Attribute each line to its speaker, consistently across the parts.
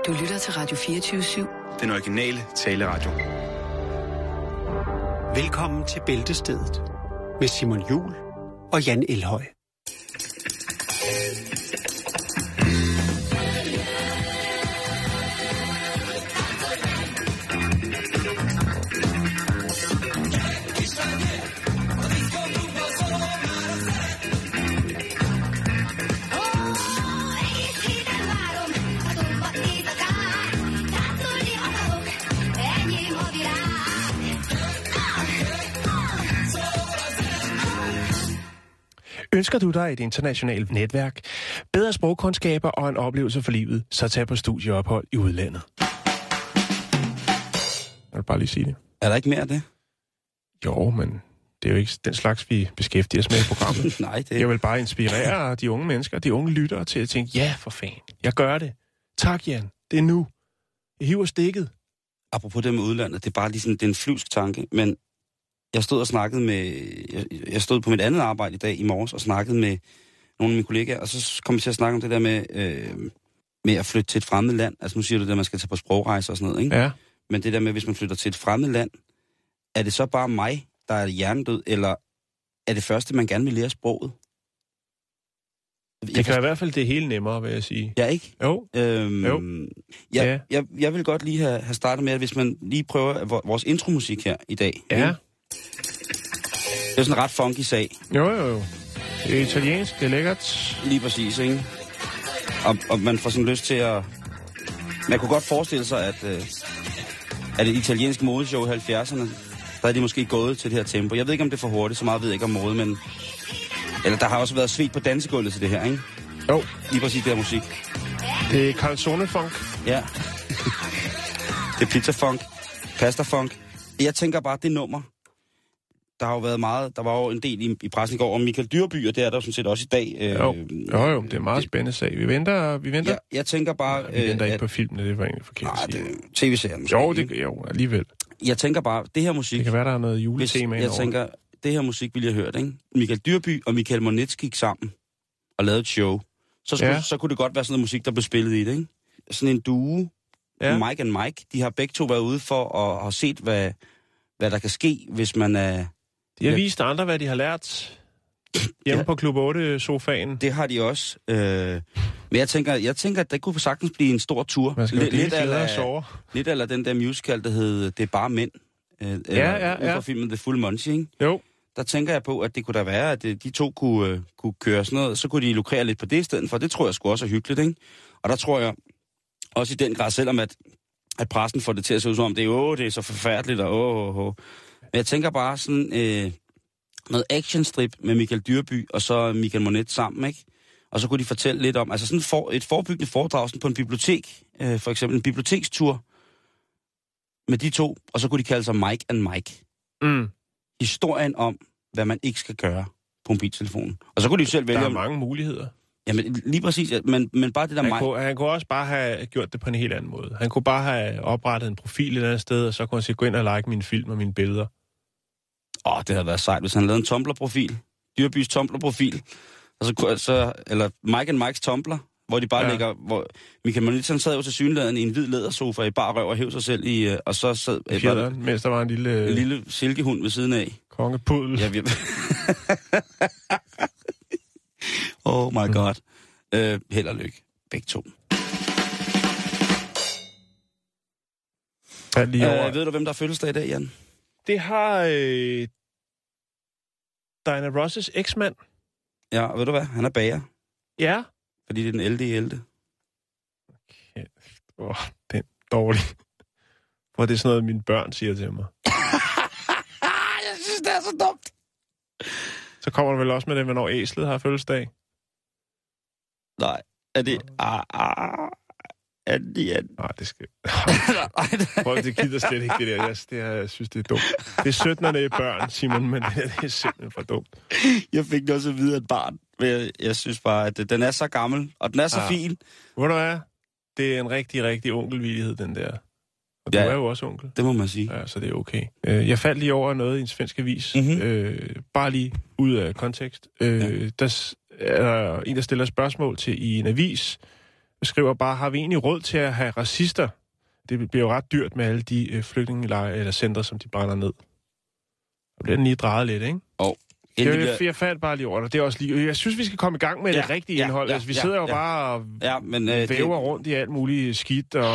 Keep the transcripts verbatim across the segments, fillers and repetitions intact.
Speaker 1: Du lytter til Radio fireogtyve syv.
Speaker 2: Den originale taleradio.
Speaker 3: Velkommen til Bæltestedet med Simon Juhl og Jan Elhøj.
Speaker 4: Ønsker du dig et internationalt netværk, bedre sprogkundskaber og en oplevelse for livet, så tag på studieophold i udlandet. Jeg vil bare lige sige det.
Speaker 5: Er der ikke mere af det?
Speaker 4: Jo, men det er jo ikke den slags, vi beskæftiger os med i programmet.
Speaker 5: Nej, det...
Speaker 4: Jeg vil bare inspirere de unge mennesker, de unge lyttere til at tænke, ja for fanden, jeg gør det. Tak Jan, det er nu. Jeg hiver stikket.
Speaker 5: Apropos det med udlandet, det er bare lige sådan, det er en flyvsk tanke, men jeg stod og snakkede med, jeg, jeg stod på mit andet arbejde i dag i morges og snakkede med nogle af mine kollegaer, og så kom vi til at snakke om det der med, øh, med at flytte til et fremmed land. Altså nu siger du det, at man skal tage på sprogrejser og sådan noget, ikke?
Speaker 4: Ja.
Speaker 5: Men det der med, hvis man flytter til et fremmed land, er det så bare mig, der er hjernedød, eller er det første, man gerne vil lære sproget?
Speaker 4: Det kan i hvert fald det hele nemmere, vil jeg sige.
Speaker 5: Ja, ikke?
Speaker 4: Jo.
Speaker 5: Øhm,
Speaker 4: jo.
Speaker 5: Jeg,
Speaker 4: ja.
Speaker 5: jeg, jeg vil godt lige have, have startet med, at hvis man lige prøver vores intromusik her i dag.
Speaker 4: Ja.
Speaker 5: Ikke? Det er sådan en ret funky sag.
Speaker 4: Jo, jo, jo. Det er italiensk, det er lækkert.
Speaker 5: Lige præcis, ikke? Og, og man får sådan lyst til at... Man kunne godt forestille sig, at, øh, at det italienske modeshow i halvfjerdserne, der er de måske gået til det her tempo. Jeg ved ikke, om det er for hurtigt, så meget ved jeg ikke om mode, men... Eller der har også været svedt på dansegulvet til det her, ikke?
Speaker 4: Jo.
Speaker 5: Lige præcis det her musik.
Speaker 4: Det er calzone-funk.
Speaker 5: Ja. Det er pizza-funk. Pasta-funk. Jeg tænker bare, det nummer... Der har jo været meget, der var jo en del i, i pressen i går om Michael Dyrby, og det er der jo sådan set også i dag. Øh,
Speaker 4: jo. jo, jo, det er en meget spændende sag. Vi venter, vi venter.
Speaker 5: Ja, jeg tænker bare...
Speaker 4: Nej, vi venter
Speaker 5: øh,
Speaker 4: ikke
Speaker 5: at,
Speaker 4: på filmene, det var egentlig forkert
Speaker 5: nej,
Speaker 4: at sige.
Speaker 5: det tv-serien måske.
Speaker 4: Jo, det, jo, alligevel.
Speaker 5: Jeg tænker bare, det her musik...
Speaker 4: Det kan være, der er noget juletema
Speaker 5: Jeg tænker, det her musik ville jeg høre, ikke? Michael Dyrby og Michael Monetz gik sammen og lavede et show. Så, skulle, ja. så kunne det godt være sådan noget musik, der blev spillet i det, ikke? Sådan en duo, ja. Mike and Mike, de har begge to været ude for at have set, hvad, hvad der kan ske, hvis man er...
Speaker 4: De har vist andre, hvad de har lært hjemme ja. på Klub otte-sofaen.
Speaker 5: Det har de også. Øh, men jeg tænker, jeg tænker, at det kunne sagtens blive en stor tur.
Speaker 4: Man skal
Speaker 5: lidt,
Speaker 4: lidt eller
Speaker 5: lidt eller den der musical, der hed Det er bare mænd. Øh,
Speaker 4: ja, ja, ja.
Speaker 5: Ud fra filmen The Full Monty, ikke?
Speaker 4: Jo.
Speaker 5: Der tænker jeg på, at det kunne da være, at de to kunne, uh, kunne køre sådan noget. Så kunne de lukrere lidt på det i stedet for. Det tror jeg sgu også er hyggeligt, ikke? Og der tror jeg også i den grad, selvom at, at pressen får det til at se ud som om, det er, åh, det er så forfærdeligt, og åh, åh, åh. Men jeg tænker bare sådan øh, noget actionstrip med Michael Dyrby og så Michael Monetz sammen, ikke? Og så kunne de fortælle lidt om, altså sådan for, et forebyggende foredrag sådan på en bibliotek, øh, for eksempel en bibliotekstur med de to, og så kunne de kalde sig Mike and Mike.
Speaker 4: Mm.
Speaker 5: Historien om, hvad man ikke skal gøre på mobiltelefonen. Og så kunne de jo selv vælge...
Speaker 4: Der er mange muligheder.
Speaker 5: Jamen lige præcis, men, men bare det der...
Speaker 4: Han,
Speaker 5: Mike...
Speaker 4: kunne, han kunne også bare have gjort det på en helt anden måde. Han kunne bare have oprettet en profil et eller andet sted, og så kunne han sige, gå ind og like mine film og mine billeder.
Speaker 5: Åh, oh, det havde været sejt, hvis han lavede en Tumblr-profil. Dyrbys Tumblr-profil. Og så, så, eller Mike and Mikes Tumblr, hvor de bare ja. ligger... Hvor Michael Monetz, han sad jo til synligheden i en hvid lædersofa i bar røv og hæv sig selv i... Og så sad...
Speaker 4: I fjerderen, mens der var en lille...
Speaker 5: En lille silkehund ved siden af.
Speaker 4: Kongepudel.
Speaker 5: Ja, vi... oh my god. Mm. Øh, held og lykke. Begge to.
Speaker 4: Ja, lige over.
Speaker 5: Øh, ved du, hvem der har fødselsdag i dag, Jan?
Speaker 4: Det har øh, Diana Rosses eksmand.
Speaker 5: Ja, og ved du hvad? Han er bager.
Speaker 4: Ja.
Speaker 5: Fordi det er den elde i elde.
Speaker 4: Okay. Åh, oh, det er dårligt. For det er sådan noget, mine børn siger til mig.
Speaker 5: Jeg synes, det er så dumt.
Speaker 4: Så kommer du vel også med det, hvornår æslet har fødselsdag?
Speaker 5: Nej, er det... Ah, ah, er det... Ja.
Speaker 4: Nej, det skal... Prøv, det gider slet ikke det der. Jeg, det er, jeg synes, det er dumt. Det er sytten, når det er børn, Simon, men det er simpelthen for dumt.
Speaker 5: Jeg fik det også at vide af et barn. Men jeg, jeg synes bare, at den er så gammel, og den er så ah. fin.
Speaker 4: Hvor du er? Det er en rigtig, rigtig onkelvillighed, den der. Og du
Speaker 5: ja,
Speaker 4: er jo også onkel.
Speaker 5: Det må man sige.
Speaker 4: Ja, så det er okay. Jeg faldt lige over noget i en svensk avis. Mm-hmm. Øh, bare lige ud af kontekst. Øh, ja. Der er en, der stiller spørgsmål til i en avis. skriver bare, har vi egentlig råd til at have racister? Det bliver jo ret dyrt med alle de øh, flygtningelejre eller centre, som de brænder ned. Og bliver den lige drejet lidt, ikke?
Speaker 5: Og
Speaker 4: jeg, jeg, jeg fandt bare lige over det. Det er også lige, jeg synes, vi skal komme i gang med ja, det rigtige ja, indhold. Ja, altså, vi sidder ja, jo ja. bare og
Speaker 5: ja, men, øh,
Speaker 4: væver
Speaker 5: det...
Speaker 4: rundt i alt muligt skidt. Og...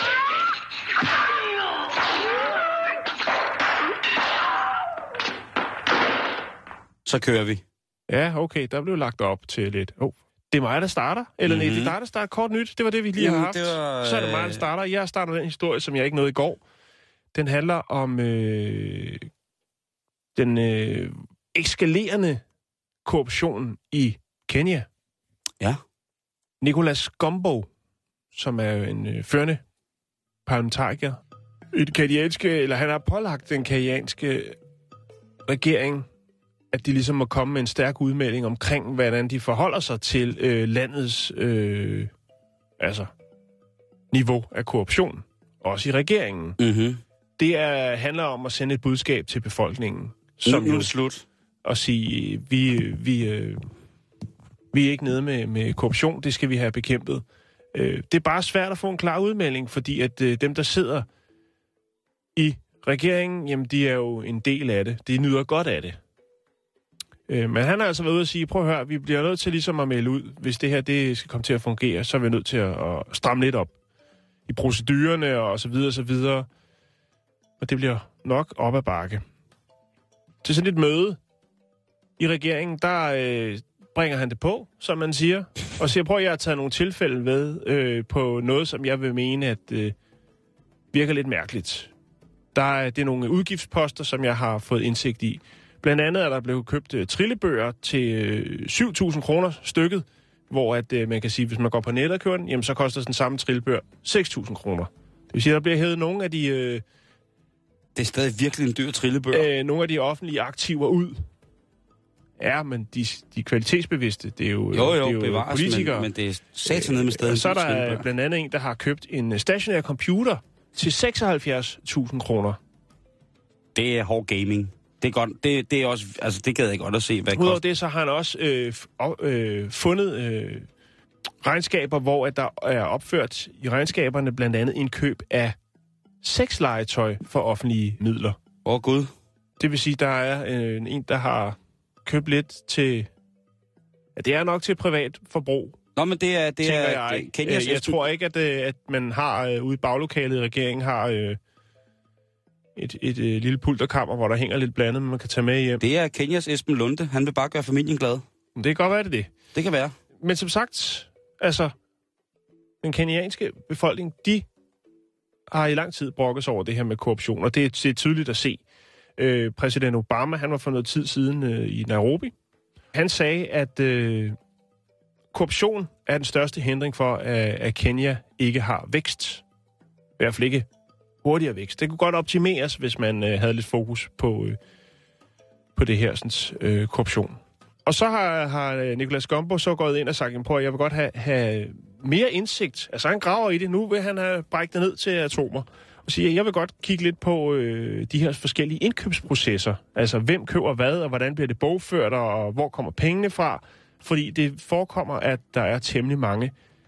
Speaker 5: Så kører vi.
Speaker 4: Ja, okay. Der blev lagt op til lidt. Oh. Det er mig, der starter. Eller mm-hmm. nej, det er dig, der starter kort nyt. Det var det, vi lige mm, har haft. Var, så er det mig, der starter. Jeg starter den historie, som jeg ikke nåede i går. Den handler om øh, den øh, eskalerende korruption i Kenya.
Speaker 5: Ja.
Speaker 4: Nicholas Gombo, som er en øh, førende parlamentariker i det kenyanske, eller han har pålagt den kenyanske regering, at de ligesom må komme med en stærk udmelding omkring, hvordan de forholder sig til øh, landets øh, altså, niveau af korruption. Også i regeringen.
Speaker 5: Mm-hmm.
Speaker 4: Det er, handler om at sende et budskab til befolkningen. Som
Speaker 5: nu er det slut.
Speaker 4: Og sige, vi, vi, øh, vi er ikke nede med, med korruption, det skal vi have bekæmpet. Øh, det er bare svært at få en klar udmelding, fordi at øh, dem, der sidder i regeringen, jamen de er jo en del af det. De nyder godt af det. Øh, men han har altså været ude og sige, prøv at høre, vi bliver nødt til ligesom at melde ud, hvis det her det skal komme til at fungere, så er vi nødt til at, at stramme lidt op i procedurerne og så videre og så videre. Og det bliver nok op ad bakke. Til sådan et møde i regeringen, der øh, bringer han det på, som man siger, og siger, prøv at jeg har taget nogle tilfælde med øh, på noget, som jeg vil mene, at øh, virker lidt mærkeligt. Der er, det er nogle udgiftsposter, som jeg har fået indsigt i. Blandt andet er der blevet købt øh, trillebøger til øh, syv tusind kroner stykket, hvor at, øh, man kan sige, hvis man går på nettet og kører den, jamen, så koster den samme trillebør seks tusind kroner. Det vil sige, at der bliver hævet nogle af de... Øh,
Speaker 5: det er stadig virkelig en dyr trillebør.
Speaker 4: Øh, nogle af de offentlige aktiver ud. Ja, men de, de kvalitetsbevidste, det er jo,
Speaker 5: jo, jo,
Speaker 4: det er jo
Speaker 5: bevares,
Speaker 4: politikere.
Speaker 5: Men, men det er satan ned med stedet.
Speaker 4: Øh, så er der blandt andet en, der har købt en stationær computer til seksoghalvfjerds tusind kroner.
Speaker 5: Det er hård gaming. Det er godt, det, det er også, altså det gad jeg godt at se, hvad det
Speaker 4: Udover det, så har han også øh, øh, fundet øh, regnskaber, hvor at der er opført i regnskaberne blandt andet en køb af sexlegetøj for offentlige midler.
Speaker 5: Åh, oh, Gud.
Speaker 4: Det vil sige, der er øh, en, der har købt lidt til... Ja, det er nok til privat forbrug.
Speaker 5: Nå, men det er... Det er
Speaker 4: jeg. Det, jeg, jeg tror ikke, at, at man har øh, ude i baglokalet i regeringen har... Øh, Et, et, et lille pulterkammer, hvor der hænger lidt blandet, men man kan tage med hjem.
Speaker 5: Det er Kenyas Esben Lunde. Han vil bare gøre familien glad.
Speaker 4: Det kan godt være, det det.
Speaker 5: Det kan være.
Speaker 4: Men som sagt, altså, den kenyanske befolkning, de har i lang tid brokket sig over det her med korruption, og det er, det er tydeligt at se. Øh, præsident Obama, han var for noget tid siden øh, i Nairobi. Han sagde, at øh, korruption er den største hindring for, at, at Kenya ikke har vækst. I hvert fald ikke hurtigere vækst. Det kunne godt optimeres, hvis man øh, havde lidt fokus på, øh, på det her sådan, øh, korruption. Og så har, har Nicholas Gombo så gået ind og sagt, prøv at jeg vil godt have, have mere indsigt. Altså han graver i det. Nu vil han have brækket det ned til atomer. Og siger, jeg vil godt kigge lidt på øh, de her forskellige indkøbsprocesser. Altså hvem køber hvad, og hvordan bliver det bogført, og hvor kommer pengene fra. Fordi det forekommer, at der er temmelig mange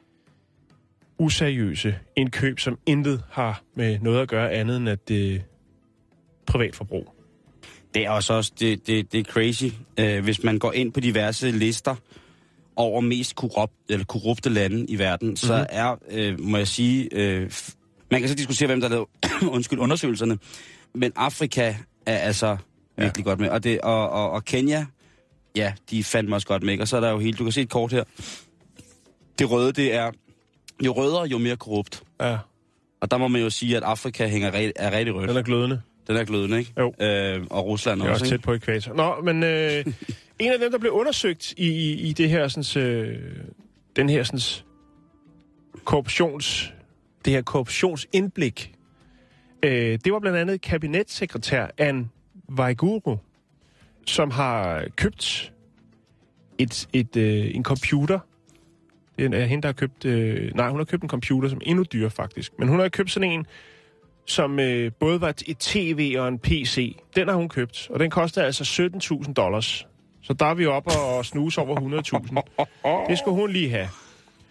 Speaker 4: useriøse indkøb, som intet har med noget at gøre andet end at det privatforbrug.
Speaker 5: Det er også, også det, det, det er crazy, øh, hvis man går ind på diverse lister over mest korrupt, eller korrupte lande i verden, mm-hmm. så er, øh, må jeg sige, øh, man kan så diskutere, hvem der lavede undskyld, undersøgelserne, men Afrika er altså virkelig ja. godt med, og, det, og, og, og Kenya, ja, de fandt mig også godt med, og så er der jo helt, du kan se et kort her, det røde, det er jo rødere, jo mere korrupt.
Speaker 4: Ja.
Speaker 5: Og der må man jo sige, at Afrika hænger re- er rigtig rødt.
Speaker 4: Den er glødende.
Speaker 5: Den er glødende, ikke?
Speaker 4: Jo.
Speaker 5: Øh, og Rusland også,
Speaker 4: også
Speaker 5: ikke?
Speaker 4: tæt på ekvator. Nå, men øh, en af dem, der blev undersøgt i, i, i det her, sådan, øh, den her sådan, korruptions, det her korruptionsindblik, øh, det var blandt andet kabinetssekretær Anne Waiguru, som har købt et, et, øh, en computer. Det er hende, der har købt... Øh, nej, hun har købt en computer, som er endnu dyrere faktisk. Men hun har købt sådan en, som øh, både var et tv og en P C. Den har hun købt, og den koster altså sytten tusind dollars. Så der er vi oppe og snuse over hundrede tusind. Det skulle hun lige have.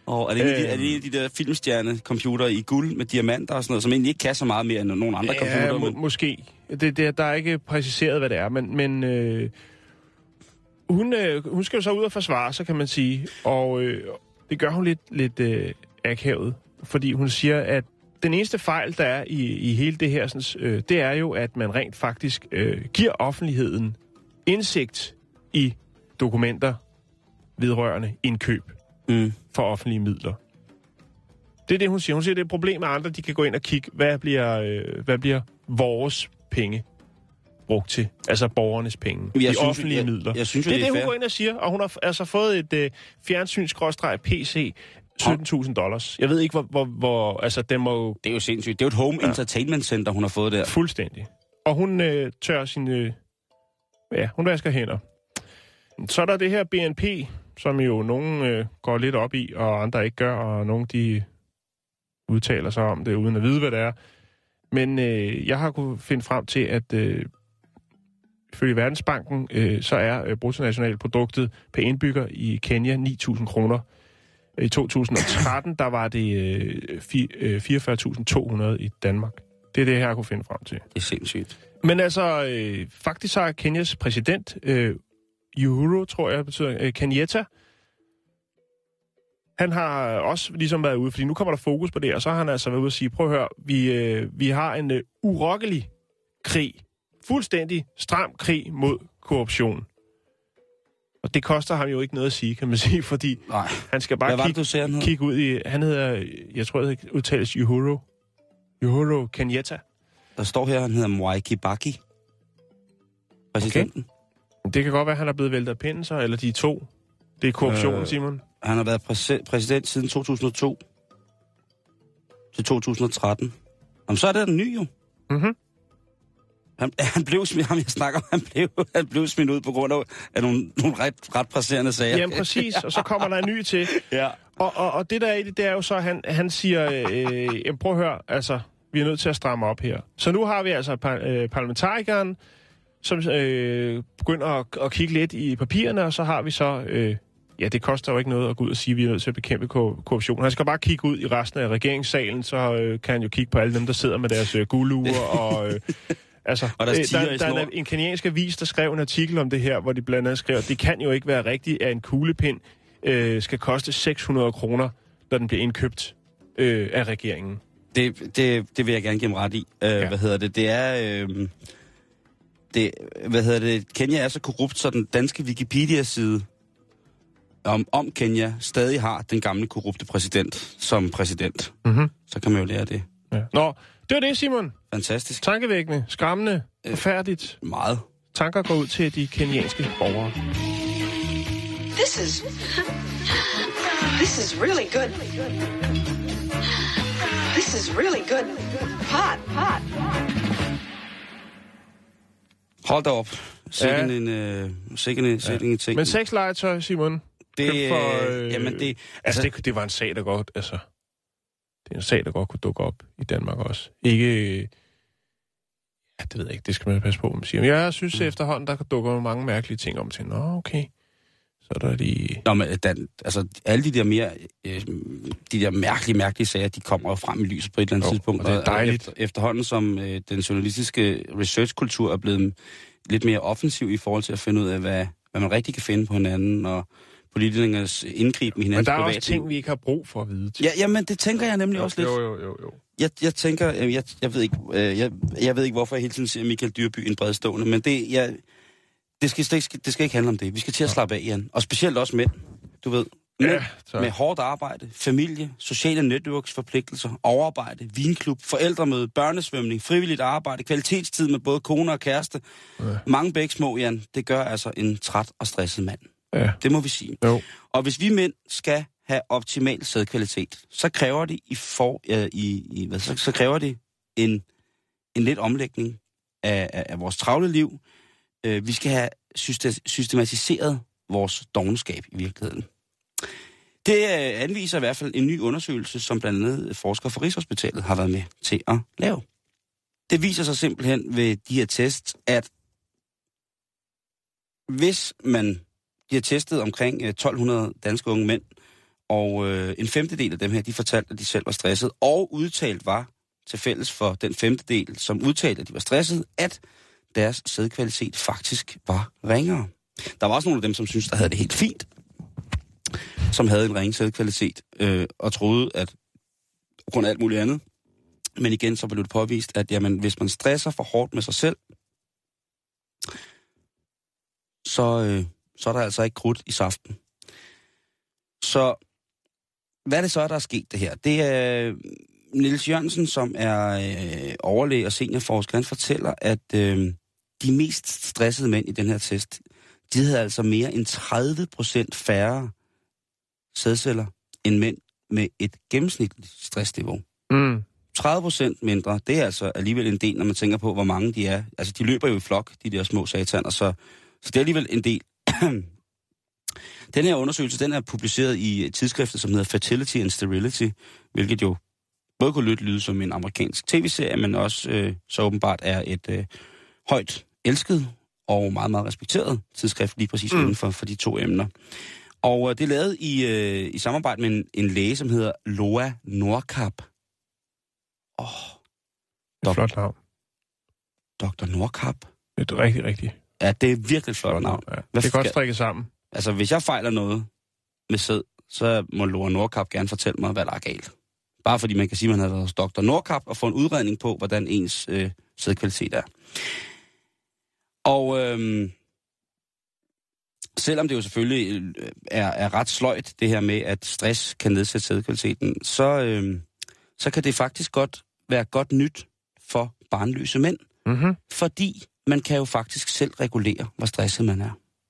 Speaker 5: Og er det, øh, er det de der filmstjerne-computer i guld med diamanter og sådan noget, som egentlig ikke kan så meget mere end nogle andre
Speaker 4: ja,
Speaker 5: computer?
Speaker 4: Må,
Speaker 5: men...
Speaker 4: måske. Det, det, der er ikke præciseret, hvad det er, men, men øh, hun, øh, hun skal jo så ud og forsvare sig, kan man sige. Og øh, det gør hun lidt, lidt øh, akavet, fordi hun siger, at den eneste fejl, der er i, i hele det her, sådan, øh, det er jo, at man rent faktisk øh, giver offentligheden indsigt i dokumenter vedrørende indkøb mm. for offentlige midler. Det er det, hun siger. Hun siger, det er et problem, at andre de kan gå ind og kigge, hvad bliver, øh, hvad bliver vores penge brugt til? Altså borgernes penge.
Speaker 5: Jeg
Speaker 4: de
Speaker 5: synes,
Speaker 4: offentlige
Speaker 5: jeg,
Speaker 4: midler.
Speaker 5: Jeg synes,
Speaker 4: det er det,
Speaker 5: det,
Speaker 4: hun
Speaker 5: fair.
Speaker 4: går ind og siger, og hun har altså fået et øh, fjernsyn-P C sytten tusind dollars. Jeg ved ikke, hvor, hvor, hvor altså, den må...
Speaker 5: Det er jo sindssygt. Det er jo et home ja. entertainment center, hun har fået der.
Speaker 4: Fuldstændig. Og hun øh, tør sin... Øh, ja, hun vasker hænder. Så er der det her B N P, som jo nogen øh, går lidt op i, og andre ikke gør, og nogen de udtaler sig om det, uden at vide, hvad det er. Men øh, jeg har kunnet finde frem til, at øh, ifølge Verdensbanken, øh, så er øh, bruttonationalproduktet per indbygger i Kenya ni tusind kroner. I to tusind og tretten, der var det øh, fireogfyrre tusind to hundrede i Danmark. Det er det, jeg har kunne finde frem til.
Speaker 5: Det er sindssygt.
Speaker 4: Men altså, øh, faktisk så er Kenyas præsident, øh, Uhuru, tror jeg, betyder øh, Kenyatta, han har også ligesom været ude, fordi nu kommer der fokus på det, og så har han altså været ude og sige, prøv at høre, vi, øh, vi har en øh, urokkelig krig, fuldstændig stram krig mod korruption. Og det koster ham jo ikke noget at sige, kan man sige, fordi Nej. han skal bare kigge,
Speaker 5: det, du
Speaker 4: kigge ud i... Han hedder, jeg tror, det udtales Uhuru. Uhuru Kenyatta.
Speaker 5: Der står her, han hedder Mwai Kibaki. Præsidenten.
Speaker 4: Okay. Det kan godt være, at han er blevet væltet af pinden så, eller de to. Det er korruptionen, øh, Simon.
Speaker 5: Han har været præs- præsident siden to tusind og to til to tusind og tretten. Jamen, så er det den ny jo.
Speaker 4: Mhm.
Speaker 5: Han, han blev smidt, ham jeg snakker han blev, han blev smidt ud på grund af, af nogle, nogle ret, ret presserende sager.
Speaker 4: Jamen præcis, og så kommer der en ny til.
Speaker 5: Ja.
Speaker 4: Og, og, og det der er i det, det er jo så, at han, han siger, øh, prøv at høre, altså, vi er nødt til at stramme op her. Så nu har vi altså par, øh, parlamentarikeren, som øh, begynder at, at kigge lidt i papirerne, og så har vi så, øh, ja, det koster jo ikke noget at gå ud og sige, at vi er nødt til at bekæmpe korruption. Han skal bare kigge ud i resten af regeringssalen, så øh, kan han jo kigge på alle dem, der sidder med deres øh, guluer og... Øh, Altså,
Speaker 5: og der,
Speaker 4: øh, der, der er en kenyansk avis, der skrev en artikel om det her, hvor de blandt andet skrev, at det kan jo ikke være rigtigt, at en kuglepind øh, skal koste seks hundrede kroner, når den bliver indkøbt øh, af regeringen.
Speaker 5: Det, det, det vil jeg gerne give mig ret i. Uh, ja. Hvad hedder det? Det er... Øh, det, hvad hedder det? Kenya er så korrupt, så den danske Wikipedia-side om, om Kenya stadig har den gamle korrupte præsident som præsident.
Speaker 4: Mm-hmm.
Speaker 5: Så kan man jo lære det.
Speaker 4: Ja. Nå, det var det, Simon.
Speaker 5: Fantastisk.
Speaker 4: Tankevækkende, skræmmende, øh, forfærdeligt.
Speaker 5: Meget.
Speaker 4: Tanker går ud til de kenyanske borgere.
Speaker 1: This is... This is really good. This is really good. Hot, hot.
Speaker 5: Hold da op. Sikken ja. en, øh, sikken en, sikken ja. en ting.
Speaker 4: Men sexlegetøj, Simon?
Speaker 5: Det,
Speaker 4: for, øh,
Speaker 5: jamen det...
Speaker 4: Altså, altså det, det var en sag, der godt... Altså, det er en sag, der godt kunne dukke op i Danmark også. Ikke... Ja, det ved jeg ikke. Det skal man passe på, man siger. Men jeg synes mm. efterhånden, der dukker mange mærkelige ting om til. Nå, okay. Så er der de...
Speaker 5: Nå, men den, altså, alle de der mere... Øh, de der mærkelige, mærkelige sager, de kommer jo frem i lyset på et eller andet jo, tidspunkt.
Speaker 4: Og det er dejligt.
Speaker 5: Efter, efterhånden, som øh, den journalistiske researchkultur er blevet lidt mere offensiv i forhold til at finde ud af, hvad, hvad man rigtig kan finde på hinanden, og politikernes indgriben i hinandens privatliv.
Speaker 4: Men der er også ting, vi ikke har brug for at vide.
Speaker 5: Ja, jamen, det tænker jeg nemlig
Speaker 4: jo,
Speaker 5: også lidt.
Speaker 4: Jo, jo, jo, jo.
Speaker 5: Jeg, jeg tænker, jeg, jeg ved ikke, jeg, jeg ved ikke, hvorfor jeg hele tiden siger Michael Dyrby en bredstående, men det, jeg, det, skal, det, skal, det skal ikke handle om det. Vi skal til at slappe af igen. Og specielt også mænd, du ved. Mænd ja, med hårdt arbejde, familie, sociale netværks, forpligtelser, overarbejde, vinklub, forældremøde, børnesvømning, frivilligt arbejde, kvalitetstid med både kone og kæreste. Ja. Mange begge små, Jan. Det gør altså en træt og stresset mand.
Speaker 4: Ja.
Speaker 5: Det må vi sige.
Speaker 4: Jo.
Speaker 5: Og hvis vi mænd skal have optimal sædkvalitet, så kræver det i for øh, i, i hvad så, så kræver det en en lidt omlægning af, af, af vores travle liv. Øh, vi skal have systematiseret vores dovenskab i virkeligheden. Det øh, anviser i hvert fald en ny undersøgelse, som blandt andet forskere fra Rigshospitalet har været med til at lave. Det viser sig simpelthen ved de her tests, at hvis man de har testet omkring tolv hundrede danske unge mænd, Og øh, en femtedel af dem her, de fortalte, at de selv var stresset, og udtalt var til fælles for den femtedel, som udtalte, at de var stresset, at deres sædkvalitet faktisk var ringere. Der var også nogle af dem, som syntes, der havde det helt fint, som havde en ringe sædkvalitet, øh, og troede, at på grund af alt muligt andet. Men igen, så blev det påvist, at jamen, hvis man stresser for hårdt med sig selv, så, øh, så er der altså ikke krudt i saften. Så hvad er det så, der er sket det her? Det er Niels Jørgensen, som er øh, overlæge og seniorforsker. Han fortæller, at øh, de mest stressede mænd i den her test, de havde altså mere end tredive procent færre sædceller end mænd med et gennemsnitligt stressniveau.
Speaker 4: Mm.
Speaker 5: tredive procent mindre, det er altså alligevel en del, når man tænker på, hvor mange de er. Altså, de løber jo i flok, de der små sataner, så, så det er alligevel en del. Den her undersøgelse, den er publiceret i tidsskriftet, som hedder Fertility and Sterility, hvilket jo både kunne lytte lyde som en amerikansk tv-serie, men også øh, så åbenbart er et øh, højt elsket og meget, meget respekteret tidsskrift lige præcis mm. inden for, for de to emner. Og øh, det er lavet i, øh, i samarbejde med en, en læge, som hedder Loa Nordkap. Åh,
Speaker 4: oh, et flot navn.
Speaker 5: doktor Nordkap.
Speaker 4: Et rigtig, rigtig...
Speaker 5: Ja, det er virkelig et flot navn.
Speaker 4: Ja. Det er godt strikket sammen.
Speaker 5: Altså, hvis jeg fejler noget med sæd, så må Loa Nordkap gerne fortælle mig, hvad der er galt. Bare fordi man kan sige, at man har været hos doktor Nordkap og få en udredning på, hvordan ens øh, sædkvalitet er. Og øh, selvom det jo selvfølgelig er, er ret sløjt, det her med, at stress kan nedsætte sædkvaliteten, så, øh, så kan det faktisk godt være godt nyt for barnløse mænd.
Speaker 4: Mm-hmm.
Speaker 5: Fordi man kan jo faktisk selv regulere, hvor stresset man er.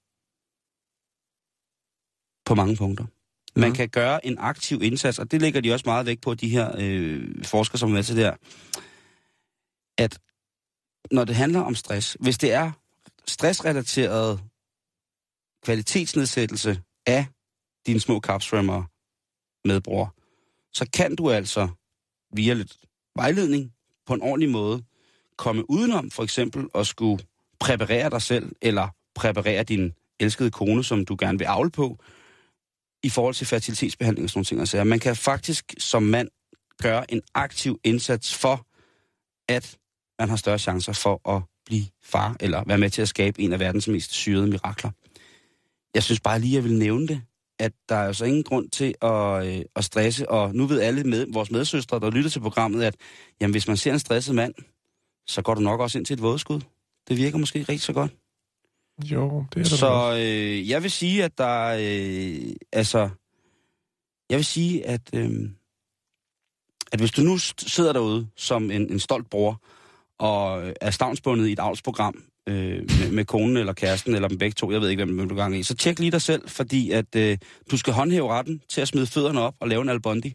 Speaker 5: På mange punkter. Man mm. kan gøre en aktiv indsats, og det lægger de også meget vægt på, de her øh, forskere, som er med til der, at når det handler om stress, hvis det er stressrelateret kvalitetsnedsættelse af dine små capsfremmer medbror, så kan du altså via lidt vejledning på en ordentlig måde komme udenom for eksempel at skulle præparere dig selv, eller præparere din elskede kone, som du gerne vil avle på, i forhold til fertilitetsbehandling og sådan nogle ting. Altså, man kan faktisk som mand gøre en aktiv indsats for, at man har større chancer for at blive far, eller være med til at skabe en af verdens mest syrede mirakler. Jeg synes bare lige, at jeg vil nævne det, at der er jo så ingen grund til at, øh, at stresse, og nu ved alle med, vores medsøstre, der lytter til programmet, at jamen, hvis man ser en stresset mand, så går du nok også ind til et vådeskud. Det virker måske ikke rigtig så godt.
Speaker 4: Jo, det er det.
Speaker 5: Så øh, jeg vil sige, at der øh, altså, jeg vil sige, at øh, at hvis du nu sidder derude som en, en stolt bror og er stavnsbundet i et avlsprogram øh, med, med konen eller kæresten eller dem begge to, jeg ved ikke, hvem du gang i, så tjek lige dig selv, fordi at øh, du skal håndhæve retten til at smide fødderne op og lave en Al-Bundy.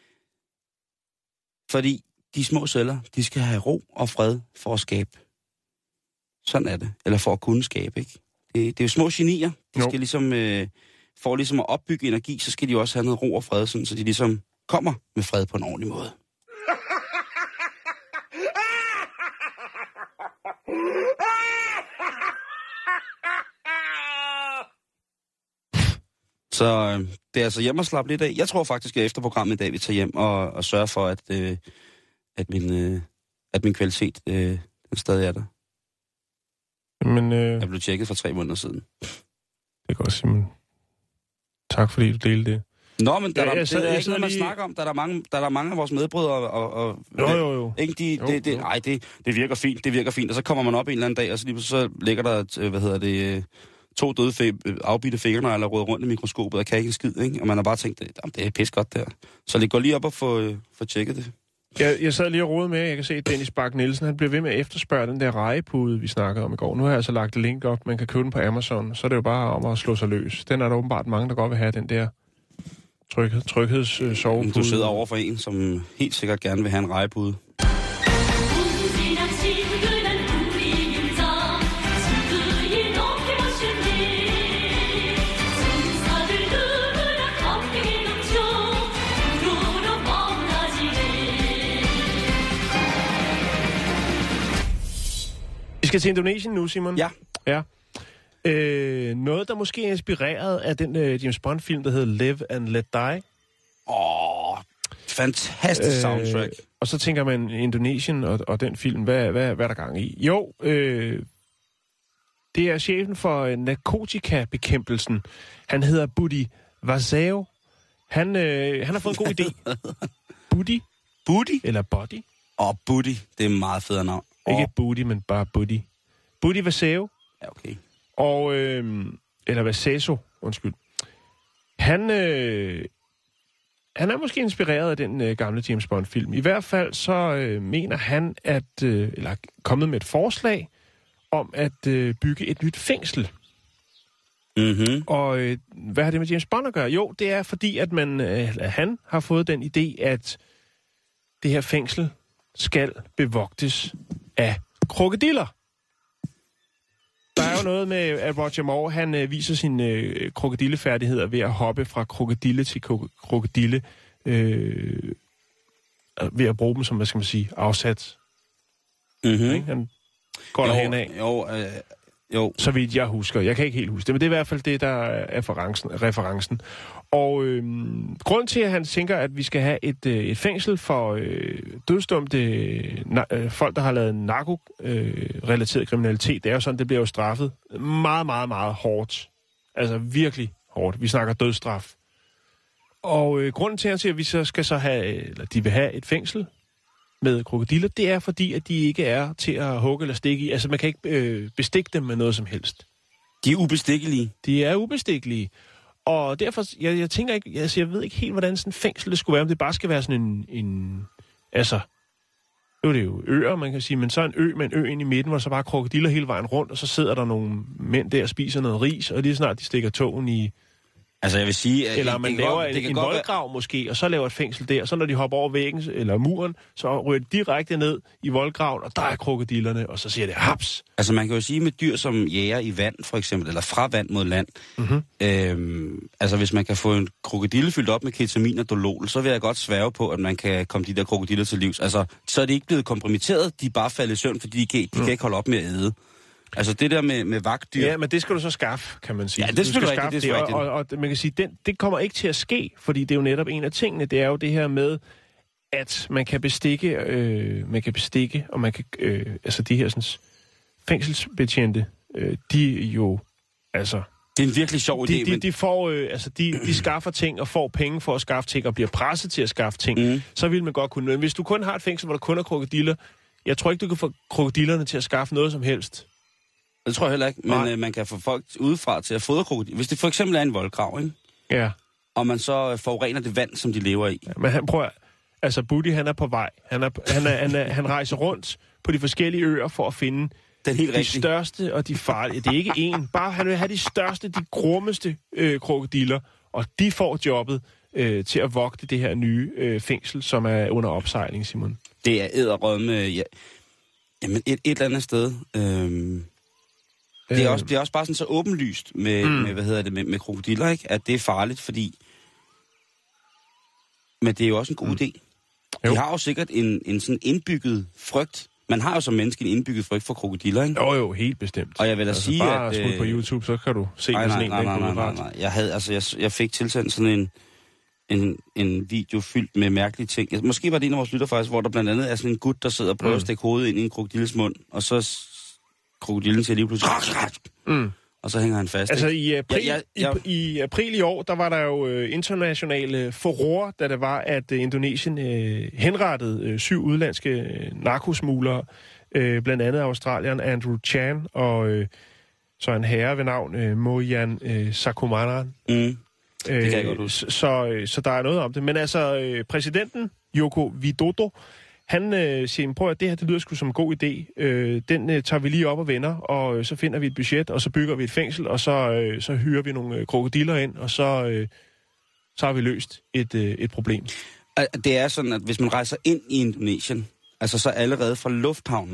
Speaker 5: Fordi de små celler, de skal have ro og fred for at skabe. Sådan er det. Eller for at kunne skabe, ikke? Det, det er jo små genier. De skal ligesom, øh, for ligesom at opbygge energi, så skal de også have noget ro og fred, sådan, så de ligesom kommer med fred på en ordentlig måde. Så øh, det er altså hjem og slappe lidt af. Jeg tror faktisk, at efter programmet i dag, vi tager hjem og, og sørger for, at, øh, at, min, øh, at min kvalitet øh, den stadig er der.
Speaker 4: Men, øh,
Speaker 5: jeg blev tjekket for tre måneder siden.
Speaker 4: Det er godt, Simon. Tak fordi du delte det.
Speaker 5: Nå, men der
Speaker 4: ja,
Speaker 5: er,
Speaker 4: jeg
Speaker 5: det
Speaker 4: sad,
Speaker 5: er
Speaker 4: jeg
Speaker 5: ikke noget, man
Speaker 4: lige...
Speaker 5: snakker om. Der er der mange, der er der mange af vores medbrødre og... og
Speaker 4: jo, jo, jo.
Speaker 5: Ikke, de,
Speaker 4: jo,
Speaker 5: det, det,
Speaker 4: jo.
Speaker 5: Nej, det, det virker fint, det virker fint. Og så kommer man op en eller anden dag, og så, lige, så ligger der, et, hvad hedder det, to døde fe- afbidte fingre, eller råder rundt i mikroskopet og kan ikke en skid, ikke? Og man har bare tænkt, det, det er pis godt der. Så lige gå lige op og få, få tjekket det.
Speaker 4: Jeg, jeg sad lige og rodede med, jeg kan se, at Dennis Bak Nielsen, han blev ved med at efterspørge den der rejepude, vi snakkede om i går. Nu har jeg altså lagt et link op, man kan købe den på Amazon, så er det jo bare om at slå sig løs. Den er der åbenbart mange, der godt vil have, den der tryghed, tryghedsssovepude.
Speaker 5: Du sidder over for en, som helt sikkert gerne vil have en rejepude.
Speaker 4: Vi skal til Indonesien nu, Simon.
Speaker 5: Ja.
Speaker 4: Ja. Øh, noget, der måske er inspireret af den øh, James Bond-film, der hedder Live and Let Die.
Speaker 5: Åh, oh, fantastisk øh, soundtrack.
Speaker 4: Og så tænker man Indonesien og, og den film, hvad, hvad, hvad er der gang i? Jo, øh, det er chefen for narkotikabekæmpelsen. Han hedder Budi Vassao. Han, øh, han har fået en god idé. Budi?
Speaker 5: Budi?
Speaker 4: Eller Body?
Speaker 5: Åh, oh, Budi. Det er meget federe navn. Oh.
Speaker 4: Ikke Budi, men bare Budi. Budi Vassao.
Speaker 5: Ja, okay.
Speaker 4: Og, øh, eller Vassaso, undskyld. Han, øh, han er måske inspireret af den øh, gamle James Bond-film. I hvert fald så øh, mener han, at, øh, eller kommet med et forslag om at øh, bygge et nyt fængsel.
Speaker 5: Mm-hmm.
Speaker 4: Og øh, hvad har det med James Bond at gøre? Jo, det er fordi, at man, øh, han har fået den idé, at det her fængsel skal bevogtes af krokodiller. Der er jo noget med, at Roger Moore, han øh, viser sine øh, krokodillefærdigheder ved at hoppe fra krokodille til krokodille, øh, ved at bruge dem som, hvad skal man sige, afsat.
Speaker 5: Mm-hmm.
Speaker 4: Han går derhen af.
Speaker 5: Jo, øh, jo.
Speaker 4: Så vidt jeg husker. Jeg kan ikke helt huske det, men det er i hvert fald det, der er referencen. referencen. Og øh, grunden til, at han tænker, at vi skal have et, øh, et fængsel for øh, dødsdømte øh, folk, der har lavet narko-relateret øh, kriminalitet, det er jo sådan, det bliver jo straffet meget, meget, meget hårdt. Altså virkelig hårdt. Vi snakker dødsstraf. Og øh, grunden til, at vi så skal så have, eller de vil have et fængsel med krokodiller, det er fordi, at de ikke er til at hugge eller stikke i. Altså man kan ikke øh, bestikke dem med noget som helst.
Speaker 5: De er ubestikkelige.
Speaker 4: De er ubestikkelige. Og derfor, jeg, jeg tænker ikke, altså jeg ved ikke helt, hvordan sådan en fængsel det skulle være, om det bare skal være sådan en, en altså, jo det er jo øer, man kan sige, men så en ø med en ø ind i midten, hvor så bare krokodiller hele vejen rundt, og så sidder der nogle mænd der og spiser noget ris, og lige snart de stikker tåen i...
Speaker 5: Altså jeg vil sige...
Speaker 4: Eller
Speaker 5: det,
Speaker 4: man
Speaker 5: det
Speaker 4: laver
Speaker 5: godt,
Speaker 4: en,
Speaker 5: det
Speaker 4: en
Speaker 5: godt
Speaker 4: voldgrav
Speaker 5: være...
Speaker 4: måske, og så laver et fængsel der, og så når de hopper over væggen eller muren, så ryger de direkte ned i voldgraven, og der er krokodillerne, og så siger det haps.
Speaker 5: Altså man kan jo sige med dyr som jæger i vand, for eksempel, eller fra vand mod land,
Speaker 4: Mm-hmm.
Speaker 5: øhm, altså hvis man kan få en krokodille fyldt op med ketamin og dolol, så vil jeg godt sværge på, at man kan komme de der krokodiller til livs. Altså, så er de ikke blevet kompromitteret, de er bare faldet i søvn, fordi de kan, de mm. kan ikke holde op med at æde. Altså det der med, med vagtdyr...
Speaker 4: Ja, men det skal du så skaffe, kan man sige.
Speaker 5: Ja, det skal du
Speaker 4: skaffe
Speaker 5: rigtigt, det er
Speaker 4: det, og, og, og man kan sige, den, det kommer ikke til at ske, fordi det er jo netop en af tingene, det er jo det her med, at man kan bestikke, øh, man kan bestikke, og man kan, øh, altså de her sådan, fængselsbetjente, øh, de jo, altså...
Speaker 5: Det er en virkelig sjov idé,
Speaker 4: de, de,
Speaker 5: men...
Speaker 4: de får, øh, altså de, de skaffer ting og får penge for at skaffe ting, og bliver presset til at skaffe ting, mm. så vil man godt kunne... Men hvis du kun har et fængsel, hvor der kun er krokodiller, jeg tror ikke, du kan få krokodillerne til at skaffe noget som helst.
Speaker 5: Det tror jeg heller ikke, men øh, man kan få folk udefra til at fodre krokodiller. Hvis det for eksempel er en voldgrav, ikke?
Speaker 4: Ja.
Speaker 5: Og man så øh, forurener det vand, som de lever i.
Speaker 4: Ja, men han prøver... Altså, Budi, han er på vej. Han, er, han, er, han, er, han rejser rundt på de forskellige øer for at finde
Speaker 5: Den helt
Speaker 4: de
Speaker 5: rigtige.
Speaker 4: største og de farlige. Det er ikke én. Bare han vil have de største, de grummeste øh, krokodiller, og de får jobbet øh, til at vogte det her nye øh, fængsel, som er under opsejling, Simon.
Speaker 5: Det er edderrødme... Ja. Jamen, et, et eller andet sted... Øh... Det er, også, det er også bare sådan så åbenlyst med, mm. med hvad hedder det, med, med krokodiller, ikke? At det er farligt, fordi... Men det er jo også en god mm. idé.
Speaker 4: Jo.
Speaker 5: Vi har jo sikkert en, en sådan indbygget frygt. Man har jo som menneske en indbygget frygt for krokodiller, ikke?
Speaker 4: Jo, jo, helt bestemt.
Speaker 5: Og jeg vil da
Speaker 4: altså,
Speaker 5: sige,
Speaker 4: bare
Speaker 5: at...
Speaker 4: Bare på YouTube, så kan du se,
Speaker 5: nej,
Speaker 4: hvis
Speaker 5: nej,
Speaker 4: en
Speaker 5: nej, nej, nej, nej, nej. Jeg, havde, altså, jeg, jeg fik tilsendt sådan en, en, en video fyldt med mærkelige ting. Jeg, måske var det en af vores lytter faktisk, hvor der blandt andet er sådan en gut, der sidder og prøver mm. at stikke hovedet ind i en krokodilles mund, og så... krokodillen siger lige pludselig... Mm. Og så hænger han fast.
Speaker 4: Altså
Speaker 5: ikke?
Speaker 4: i april,
Speaker 5: ja, ja, ja.
Speaker 4: I, i april i år, der var der jo øh, internationale furore, da det var, at øh, Indonesien øh, henrettede øh, syv udlandske øh, narkosmuglere, øh, blandt andet australieren Andrew Chan, og øh, så en herre ved navn øh, Moyan øh, Sakumaran.
Speaker 5: Mm. Det kan jeg godt huske.
Speaker 4: Så, så, så der er noget om det. Men altså, øh, præsidenten Joko Widodo, han øh, siger, prøv at det her, det lyder sgu som en god idé. Øh, den øh, tager vi lige op og vender, og øh, så finder vi et budget, og så bygger vi et fængsel, og så, øh, så hyrer vi nogle øh, krokodiller ind, og så, øh, så har vi løst et, øh, et problem.
Speaker 5: Det er sådan, at hvis man rejser ind i Indonesien, altså så allerede fra lufthavnen af,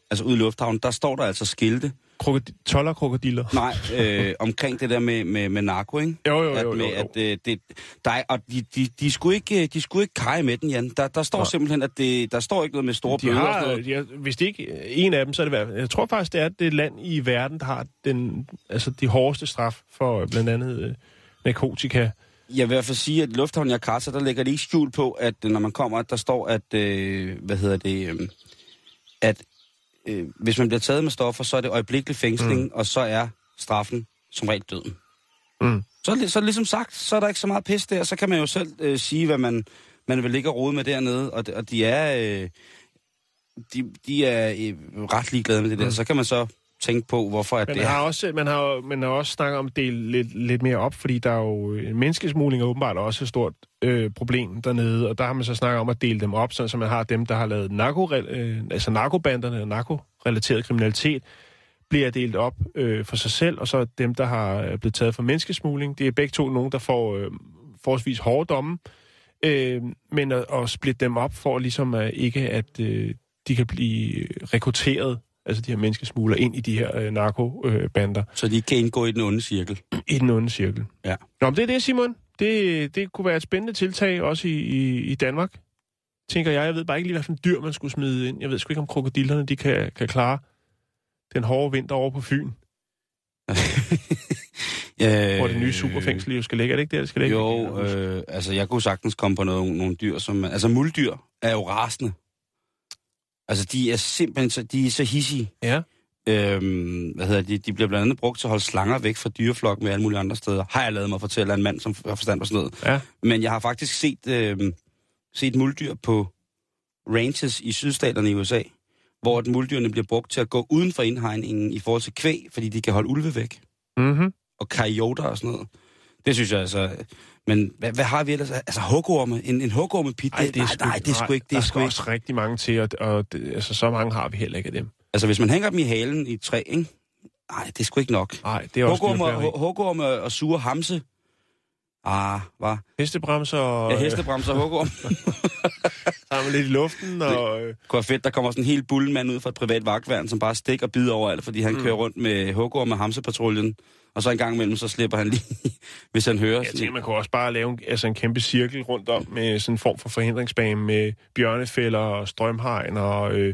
Speaker 5: altså ude i lufthavnen, der står der altså skilte.
Speaker 4: Krokodil, tollerkrokodiller.
Speaker 5: Nej, øh, omkring det der med, med, med narko, ikke?
Speaker 4: Jo, jo,
Speaker 5: at
Speaker 4: jo, jo,
Speaker 5: med,
Speaker 4: jo.
Speaker 5: At, øh, det, der er, og de, de, de, skulle ikke, de skulle ikke kage med den, Jan. Der, der står
Speaker 4: Nå.
Speaker 5: simpelthen, at det, der står ikke noget med store
Speaker 4: De
Speaker 5: bøder.
Speaker 4: har,
Speaker 5: og sådan noget.
Speaker 4: de har, hvis det ikke er en af dem, så er det værd. Jeg tror faktisk, det er det land i verden, der har den, altså de hårdeste straf for blandt andet øh, narkotika.
Speaker 5: Jeg vil i hvert fald sige, at i lufthavnen i Jakarta, der lægger det ikke skjul på, at når man kommer, at der står, at, øh, hvad hedder det, øh, at øh, hvis man bliver taget med stoffer, så er det øjeblikkelig fængsling, mm. og så er straffen som regel døden.
Speaker 4: Mm.
Speaker 5: Så, er det, så er det ligesom sagt, så er der ikke så meget pis der, så kan man jo selv øh, sige, hvad man, man vil ligge og rode med dernede, og, og de er, øh, de, de er øh, ret ligeglade med det der. Mm. Så kan man så tænke på, hvorfor at
Speaker 4: Man
Speaker 5: det
Speaker 4: har
Speaker 5: er.
Speaker 4: også, man har, man har også snakket om at dele lidt, lidt mere op, fordi der er jo øh, menneskesmugling er åbenbart også et stort øh, problem dernede, og der har man så snakket om at dele dem op, sådan, så man har dem, der har lavet narko, øh, altså narkobanderne og narkorelateret kriminalitet, bliver delt op øh, for sig selv, og så dem, der har blevet taget for menneskesmugling. Det er begge to nogen, der får øh, forholdsvis hårde domme, øh, men at, at splitte dem op for ligesom at ikke, at øh, de kan blive rekrutteret, altså de her menneskesmugler, ind i de her øh, narkobander. Øh,
Speaker 5: Så de kan indgå i den onde cirkel.
Speaker 4: I den onde cirkel.
Speaker 5: Ja.
Speaker 4: Nå, men det er det, Simon. Det, det kunne være et spændende tiltag, også i, i, i Danmark, tænker jeg. Jeg ved bare ikke lige, hvad for en dyr man skulle smide ind. Jeg ved sgu ikke, om krokodillerne de kan, kan klare den hårde vinter over på Fyn.
Speaker 5: øh,
Speaker 4: Hvor det nye superfængsel jo skal ligge. Er det ikke der, det skal ligge?
Speaker 5: Jo, øh, altså jeg kunne sagtens komme på nogle, nogle dyr, som... Altså muldyr er jo rasende. Altså de er simpelthen så, de er så hissige.
Speaker 4: Ja.
Speaker 5: Øhm, hvad hedder de? De bliver blandt andet brugt til at holde slanger væk fra dyreflok med alle mulige andre steder. Har jeg lavet mig fortælle af en mand, som har forstand på sådan noget.
Speaker 4: Ja.
Speaker 5: Men jeg har faktisk set, øh, set muldyr på ranches i sydstaterne i U S A, hvor at muldyrene bliver brugt til at gå uden for indhegningen i forhold til kvæg, fordi de kan holde ulve væk.
Speaker 4: Mm-hmm.
Speaker 5: Og coyoter og sådan noget. Det synes jeg altså... Men hvad, hvad har vi ellers? Altså hugorme? En, en hugorme-pit?
Speaker 4: Ej, det er
Speaker 5: nej,
Speaker 4: sgu,
Speaker 5: nej, det er sgu ikke. Det
Speaker 4: der
Speaker 5: er
Speaker 4: skal
Speaker 5: sgu ikke.
Speaker 4: også rigtig mange til, og, og det, altså, så mange har vi heller ikke af dem.
Speaker 5: Altså hvis man hænger dem i halen i et træ, ikke? Nej, det er sgu ikke nok.
Speaker 4: Nej, det er også
Speaker 5: Hugorme,
Speaker 4: dyrplageri.
Speaker 5: og, hugorme og sure hamse. Ah, hvad?
Speaker 4: Hestebremser og...
Speaker 5: Ja, hestebremser og hugorme.
Speaker 4: Sammen lidt i luften, og... Øh,
Speaker 5: Det kunne være fedt, der kommer sådan en helt bullemand ud fra et privat vagtværn, som bare stikker og bider overalt, fordi han mm. kører rundt med hugorme og hamsepatruljen. Og så en gang imellem, så slipper han lige, hvis han hører.
Speaker 4: jeg tænker, man kunne også bare lave en, altså en kæmpe cirkel rundt om med sådan en form for forhindringsbane med bjørnefælder og strømhegn og... Øh,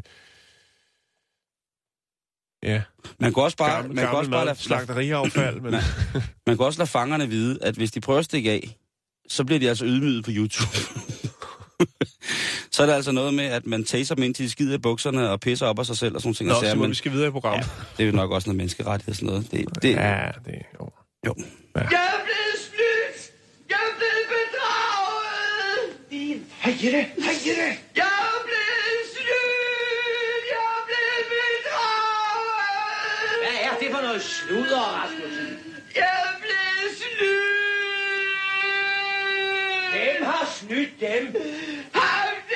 Speaker 4: ja...
Speaker 5: Man kunne også bare,
Speaker 4: Gammel,
Speaker 5: man kunne også bare lade,
Speaker 4: slagteriaffald, men...
Speaker 5: man kunne også lade fangerne vide, at hvis de prøver at stikke af, så bliver de altså ydmyget på YouTube. Så er der altså noget med, at man taser dem ind til de skider i bukserne og pisser op af sig selv og sådan
Speaker 4: Nå,
Speaker 5: ting.
Speaker 4: så må
Speaker 5: men,
Speaker 4: vi skal videre i programmet.
Speaker 5: ja, det er jo nok også noget menneskerettighed og sådan noget. Det, det,
Speaker 4: Ja, det jo.
Speaker 5: jo.
Speaker 4: Ja.
Speaker 6: Jeg er blevet snydt! Jeg er blevet bedraget! Din... Hej Jette! Hej Jette! Jeg er blevet snydt! Jeg er blevet bedraget!
Speaker 7: Hvad er det for noget sludder, Rasmussen?
Speaker 6: Jeg er blevet snydt!
Speaker 7: Hvem har snydt dem?
Speaker 6: Ham der!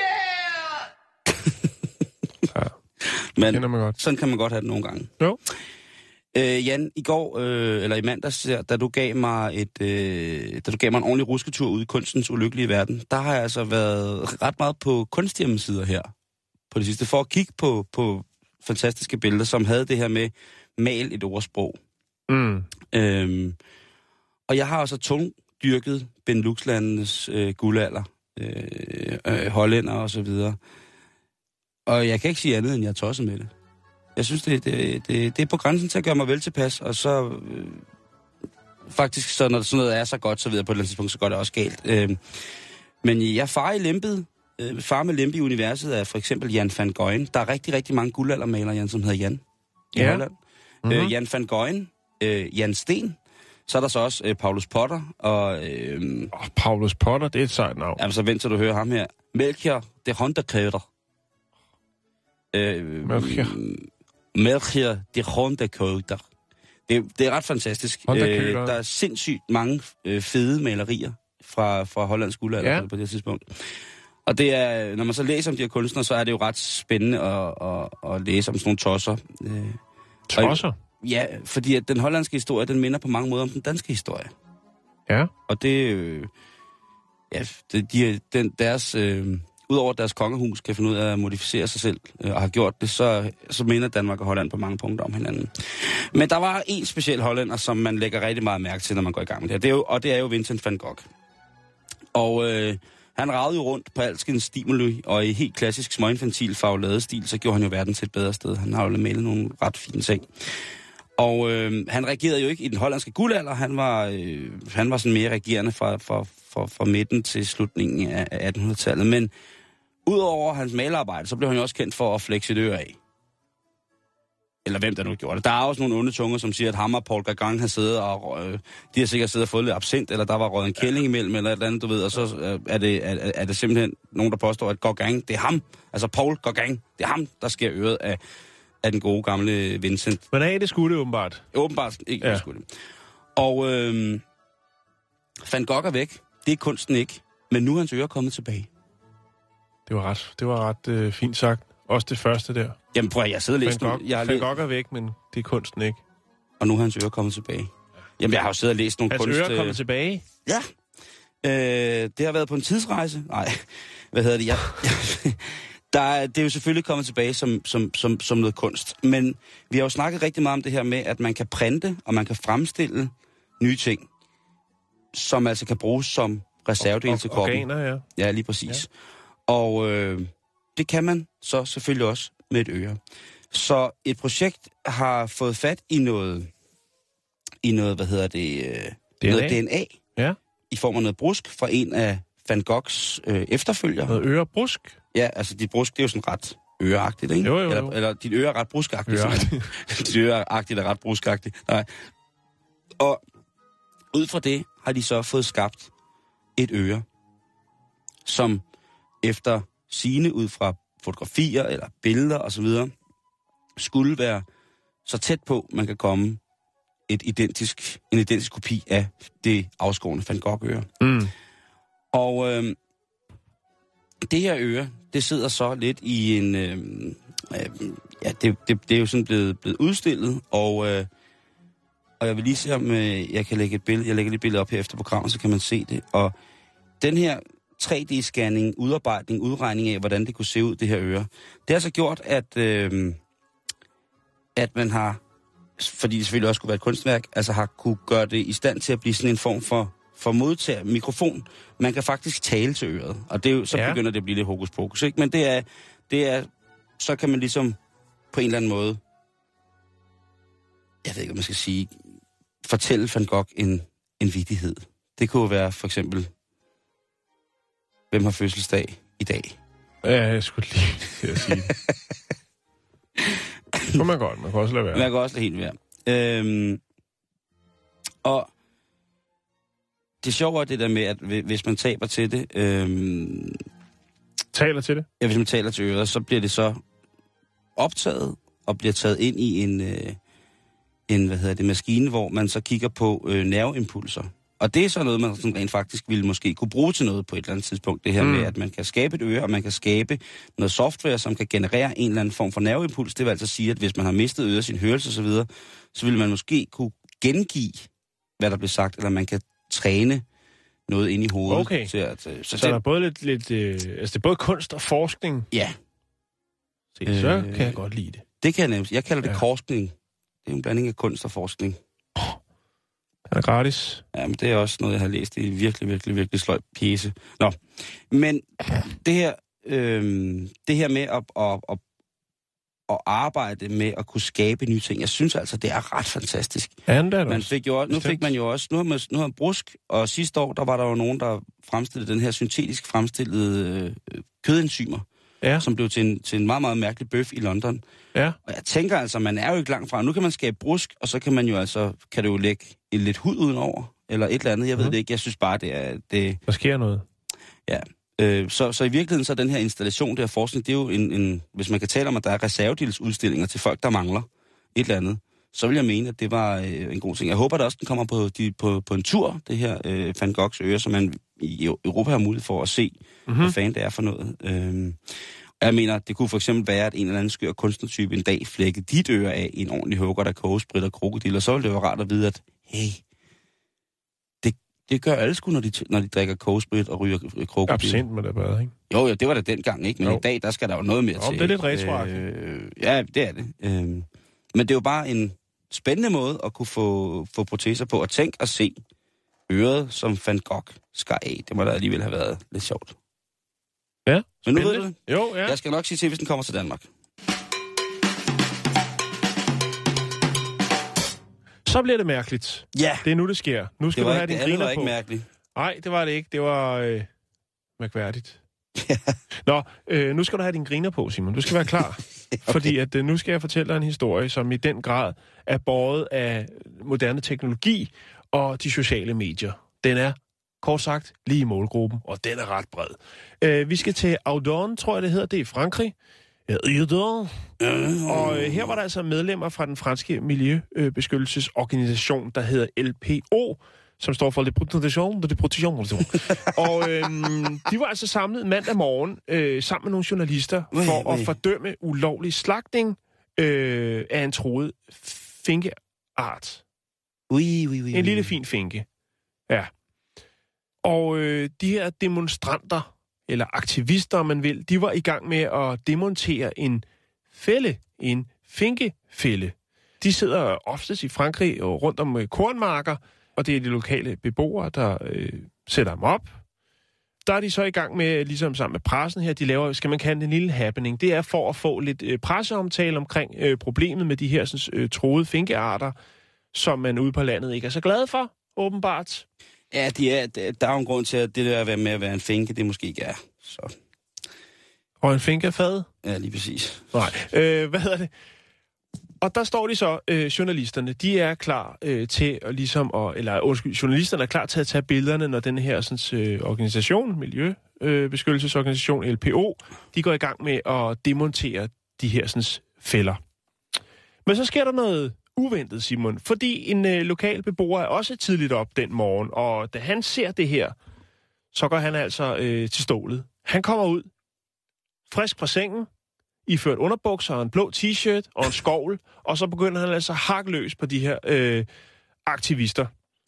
Speaker 5: Men
Speaker 4: Kender man godt.
Speaker 5: sådan kan man godt have det nogle gange.
Speaker 4: Jo.
Speaker 5: Øh, Jan, i går, øh, eller i mandags, der, da du gav mig et, øh, da du gav mig en ordentlig rusketur ud i kunstens ulykkelige verden, der har jeg altså været ret meget på kunsthjemmesider her på det sidste, for at kigge på, på fantastiske billeder, som havde det her med mal et ordsprog.
Speaker 4: Mm.
Speaker 5: Øhm, og jeg har altså tungdyrket Benelux-landenes øh, guldalder, øh, øh, hollænder og så videre. Og jeg kan ikke sige andet, end jeg er tosset med det. Jeg synes, det, det, det, det er på grænsen til at gøre mig vel tilpas, og så øh, faktisk, så når sådan noget er så godt, så ved jeg på et eller andet tidspunkt, så går det også galt. Øh, men jeg far i lempet, øh, far med lempe i universet er for eksempel Jan van Goyen. Der er rigtig, rigtig mange guldaldermalere, Jan, som hedder Jan i
Speaker 4: Ja.
Speaker 5: Holland. Mm-hmm. Øh, Jan van Goyen, øh, Jan Steen, så er der så også øh, Paulus Potter, og øh,
Speaker 4: Oh, Paulus Potter, det er et sejt navn.
Speaker 5: jamen, så vent til du hører ham her. Melchior de Honderkrøder. Øh,
Speaker 4: Melchior.
Speaker 5: Melchior de Honderkrøder. Det, det er ret fantastisk. Øh,
Speaker 4: Honderkrøder.
Speaker 5: der er sindssygt mange øh, fede malerier fra, fra Hollands guldalder
Speaker 4: Ja.
Speaker 5: på det tidspunkt. Og det er, når man så læser om de her kunstnere, så er det jo ret spændende at, at, at læse om sådan nogle tosser. Øh,
Speaker 4: Tosser?
Speaker 5: ja, fordi at den hollandske historie, den minder på mange måder om den danske historie.
Speaker 4: Ja.
Speaker 5: Og det, øh, ja, det, de, den, deres øh, udover at deres kongehus kan finde ud af at modificere sig selv, øh, og har gjort det, så, så minder Danmark og Holland på mange punkter om hinanden. Men der var en speciel hollænder, som man lægger rigtig meget mærke til, når man går i gang med det her. Det er jo, og det er jo Vincent van Gogh. Og øh, han ragede jo rundt på alskens stimuli, og i helt klassisk småinfantil farveladestil, så gjorde han jo verden til et bedre sted. Han har jo malet nogle ret fine ting. Og øh, han regerede jo ikke i den hollandske guldalder. Han var, øh, han var sådan mere regerende fra, fra, fra, fra midten til slutningen af attenhundredetallet. Men udover hans malerarbejde, så blev han jo også kendt for at flække sit øre af. Eller hvem der nu gjorde det. Der er også nogle onde tunger, som siger, at ham og Paul Gauguin har siddet og... Øh, de har sikkert siddet og fået lidt absint, eller der var røget en kælling imellem, eller et eller andet, du ved. Og så øh, er, det, er, er det simpelthen nogen, der påstår, at Gauguin, det er ham. Altså Paul Gauguin, det er ham, der sker øret af... af den gode gamle Vincent.
Speaker 4: Men er det skulle det åbenbart?
Speaker 5: Åbenbart ikke,
Speaker 4: ja.
Speaker 5: det skulle det. Og øh, Van Gogh er væk. Det er kunsten ikke. Men nu er hans øre kommet tilbage.
Speaker 4: Det var ret, det var ret øh, fint sagt. Også det første der.
Speaker 5: Jamen prøv at jeg sidder og læst...
Speaker 4: Van Gogh,
Speaker 5: jeg har
Speaker 4: Van Gogh er væk, men det er kunsten ikke.
Speaker 5: Og nu er hans øre kommet tilbage. Jamen jeg har jo siddet og læst nogle
Speaker 4: hans
Speaker 5: kunst...
Speaker 4: Hans øre er kommet tilbage?
Speaker 5: Ja. Øh, det har været på en tidsrejse. Nej, hvad hedder det? Jeg... Der er, det er jo selvfølgelig kommet tilbage som, som, som, som noget kunst. Men vi har jo snakket rigtig meget om det her med, at man kan printe, og man kan fremstille nye ting, som altså kan bruges som reservedel til kroppen.
Speaker 4: Organer, ja.
Speaker 5: Ja, lige præcis. Ja. Og øh, det kan man så selvfølgelig også med et øre. Så et projekt har fået fat i noget, i noget, hvad hedder det, øh,
Speaker 4: D N A.
Speaker 5: noget D N A,
Speaker 4: ja.
Speaker 5: I form af noget brusk fra en af Van Goghs øh, efterfølgere.
Speaker 4: Noget ørebrusk?
Speaker 5: Ja, altså dit brusk, det er jo sådan ret øreagtigt, ikke?
Speaker 4: Jo, jo, jo.
Speaker 5: Eller, eller dit øre er ret bruskagtigt. Dit øre er agtigt er ret bruskagtigt. Nej. Og ud fra det har de så fået skabt et øre, som efter sigende ud fra fotografier eller billeder osv., skulle være så tæt på, man kan komme et identisk, en identisk kopi af det afskårne Van Gogh-øre.
Speaker 4: Mm.
Speaker 5: Og øh, det her øre, det sidder så lidt i en... Øh, øh, ja, det, det, det er jo sådan blevet, blevet udstillet, og, øh, og jeg vil lige se, om øh, jeg kan lægge et billede. Jeg lægger et billede op her efter programmet, så kan man se det. Og den her tre D-scanning, udarbejdning, udregning af, hvordan det kunne se ud, det her øre, det har så gjort, at, øh, at man har, fordi det selvfølgelig også skulle være et kunstværk, altså har kunne gøre det i stand til at blive sådan en form for for modtager mikrofon. Man kan faktisk tale til øret, og det er jo, så ja. begynder det at blive lidt hokus pokus, ikke? Men det er, det er, så kan man ligesom på en eller anden måde, jeg ved ikke, hvad man skal sige, fortælle Van Gogh en, en vittighed. Det kunne være for eksempel, hvem har fødselsdag i dag?
Speaker 4: Ja, jeg skulle lige til at sige det. Så man godt, man kan også lade være.
Speaker 5: Man kan også lade helt være. Øhm, og det sjove er det der med, at hvis man taber til det... Øhm,
Speaker 4: taler til det?
Speaker 5: Ja, hvis man taler til øret, så bliver det så optaget og bliver taget ind i en, øh, en hvad hedder det, maskine, hvor man så kigger på øh, nerveimpulser. Og det er så noget, man sådan rent faktisk ville måske kunne bruge til noget på et eller andet tidspunkt. Det her mm. med, at man kan skabe et øre, og man kan skabe noget software, som kan generere en eller anden form for nerveimpuls. Det vil altså sige, at hvis man har mistet øret, sin hørelse osv., så, så vil man måske kunne gengive, hvad der bliver sagt, eller man kan træne noget ind i hovedet.
Speaker 4: Okay.
Speaker 5: Til at, så,
Speaker 4: så
Speaker 5: det,
Speaker 4: der er både lidt, lidt øh, altså det er både kunst og forskning.
Speaker 5: Ja.
Speaker 4: Se, så øh, kan jeg godt lide det.
Speaker 5: Det kan jeg nemlig. Jeg kalder det
Speaker 4: ja.
Speaker 5: korskning. Det er en blanding af kunst og forskning.
Speaker 4: Er det gratis?
Speaker 5: Ja, men det er også noget, jeg har læst i virkelig, virkelig, virkelig sløj pjece. Nå, men det her, øh, det her med at, at, at, at arbejde med at kunne skabe nye ting, jeg synes altså, det er ret fantastisk.
Speaker 4: Ja, det er det
Speaker 5: man fik jo, nu fik man jo også, nu har man, nu har man brusk, og sidste år, der var der jo nogen, der fremstillede den her syntetisk fremstillede øh, kødenzymer, ja. som blev til en, til en meget, meget mærkelig bøf i London. Ja. Og jeg tænker altså, man er jo ikke langt fra. Nu kan man skabe brusk, og så kan man jo altså, kan det jo lægge en lidt hud udenover, eller et eller andet, jeg ved mm. det ikke. Jeg synes bare, det er... Det,
Speaker 4: der sker noget.
Speaker 5: Ja. Øh, så, så i virkeligheden, så den her installation, det her forskning, det er jo en, en... Hvis man kan tale om, at der er reservedelsudstillinger til folk, der mangler et eller andet, så vil jeg mene, at det var øh, en god ting. Jeg håber, at også den kommer på, de, på, på en tur, det her øh, Van Goghs øre, så man i Europa har mulighed for at se, mm-hmm. hvad fanden det er for noget. Øh, Jeg mener, det kunne for eksempel være, at en eller anden skør kunstnertype en dag flækkede dit øre af i en ordentlig hugger, der koger sprit og krokodil, og så ville det være rart at vide, at hey, det, Det gør alle sgu, når de, når de drikker kogesprit og ryger krokodil.
Speaker 4: Absint med det bare, ikke?
Speaker 5: Jo, jo, det var det dengang, ikke? Men jo. I dag, der skal der jo noget mere
Speaker 4: jo,
Speaker 5: til.
Speaker 4: det er lidt retroagtigt.
Speaker 5: Øh, ja, det er det. Øh, men det er jo bare en spændende måde at kunne få, få proteser på. Og tænk at se øret, som Van Gogh skar af. Det må da alligevel have været lidt sjovt.
Speaker 4: Ja,
Speaker 5: men nu ved du det.
Speaker 4: Jo, ja.
Speaker 5: Jeg skal nok sige til, hvis den kommer til Danmark.
Speaker 4: Så bliver det mærkeligt.
Speaker 5: Ja.
Speaker 4: Det er nu, det sker. Nu skal
Speaker 5: det
Speaker 4: du have
Speaker 5: ikke,
Speaker 4: din
Speaker 5: det
Speaker 4: griner
Speaker 5: var
Speaker 4: på.
Speaker 5: ikke mærkeligt.
Speaker 4: Nej, det var det ikke. Det var øh, mærkværdigt. Nå, øh, nu skal du have din griner på, Simon. Du skal være klar. Okay. Fordi at øh, nu skal jeg fortælle dig en historie, som i den grad er båret af moderne teknologi og de sociale medier. Den er, kort sagt, lige i målgruppen, og den er ret bred. Øh, vi skal til Audon, tror jeg det hedder. Det er i Frankrig. Audon. Mm. Og øh, her var der altså medlemmer fra den franske miljøbeskyttelsesorganisation, der hedder L P O, som står for Le Protection de Protection. Og øh, de var altså samlet mandag morgen øh, sammen med nogle journalister for oui, oui. at fordømme ulovlig slagtning øh, af en truet finkeart.
Speaker 5: Oui, oui, oui,
Speaker 4: en lille fin finke. Ja. Og øh, de her demonstranter, eller aktivister, om man vil, de var i gang med at demontere en fælde, en finkefælde. De sidder oftest i Frankrig og rundt om øh, kornmarker, og det er de lokale beboere, der øh, sætter dem op. Der er de så i gang med, ligesom sammen med pressen her, de laver, skal man kalde det en lille happening. Det er for at få lidt øh, presseomtale omkring øh, problemet med de her sådan, øh, troede finkearter, som man ude på landet ikke er så glad for, åbenbart. Ja,
Speaker 5: de er, der er jo en grund til, at det der med at være en finke, det måske ikke er. Så.
Speaker 4: Og en finke er fad?
Speaker 5: Ja, lige præcis.
Speaker 4: Nej, øh, hvad hedder det? Og der står de så, øh, journalisterne, de er klar øh, til at ligesom, at, eller undskyld, journalisterne er klar til at tage billederne, når den her sådan, øh, organisation, Miljøbeskyttelsesorganisation, L P O, de går i gang med at demontere de her sådan, fælder. Men så sker der noget uventet, Simon, fordi en øh, lokal beboer er også tidligt op den morgen, og da han ser det her, så går han altså øh, til stålet. Han kommer ud, frisk fra sengen, iført underbukser og en blå t-shirt og en skovl, og så begynder han altså at hakke løs på de her øh, aktivister.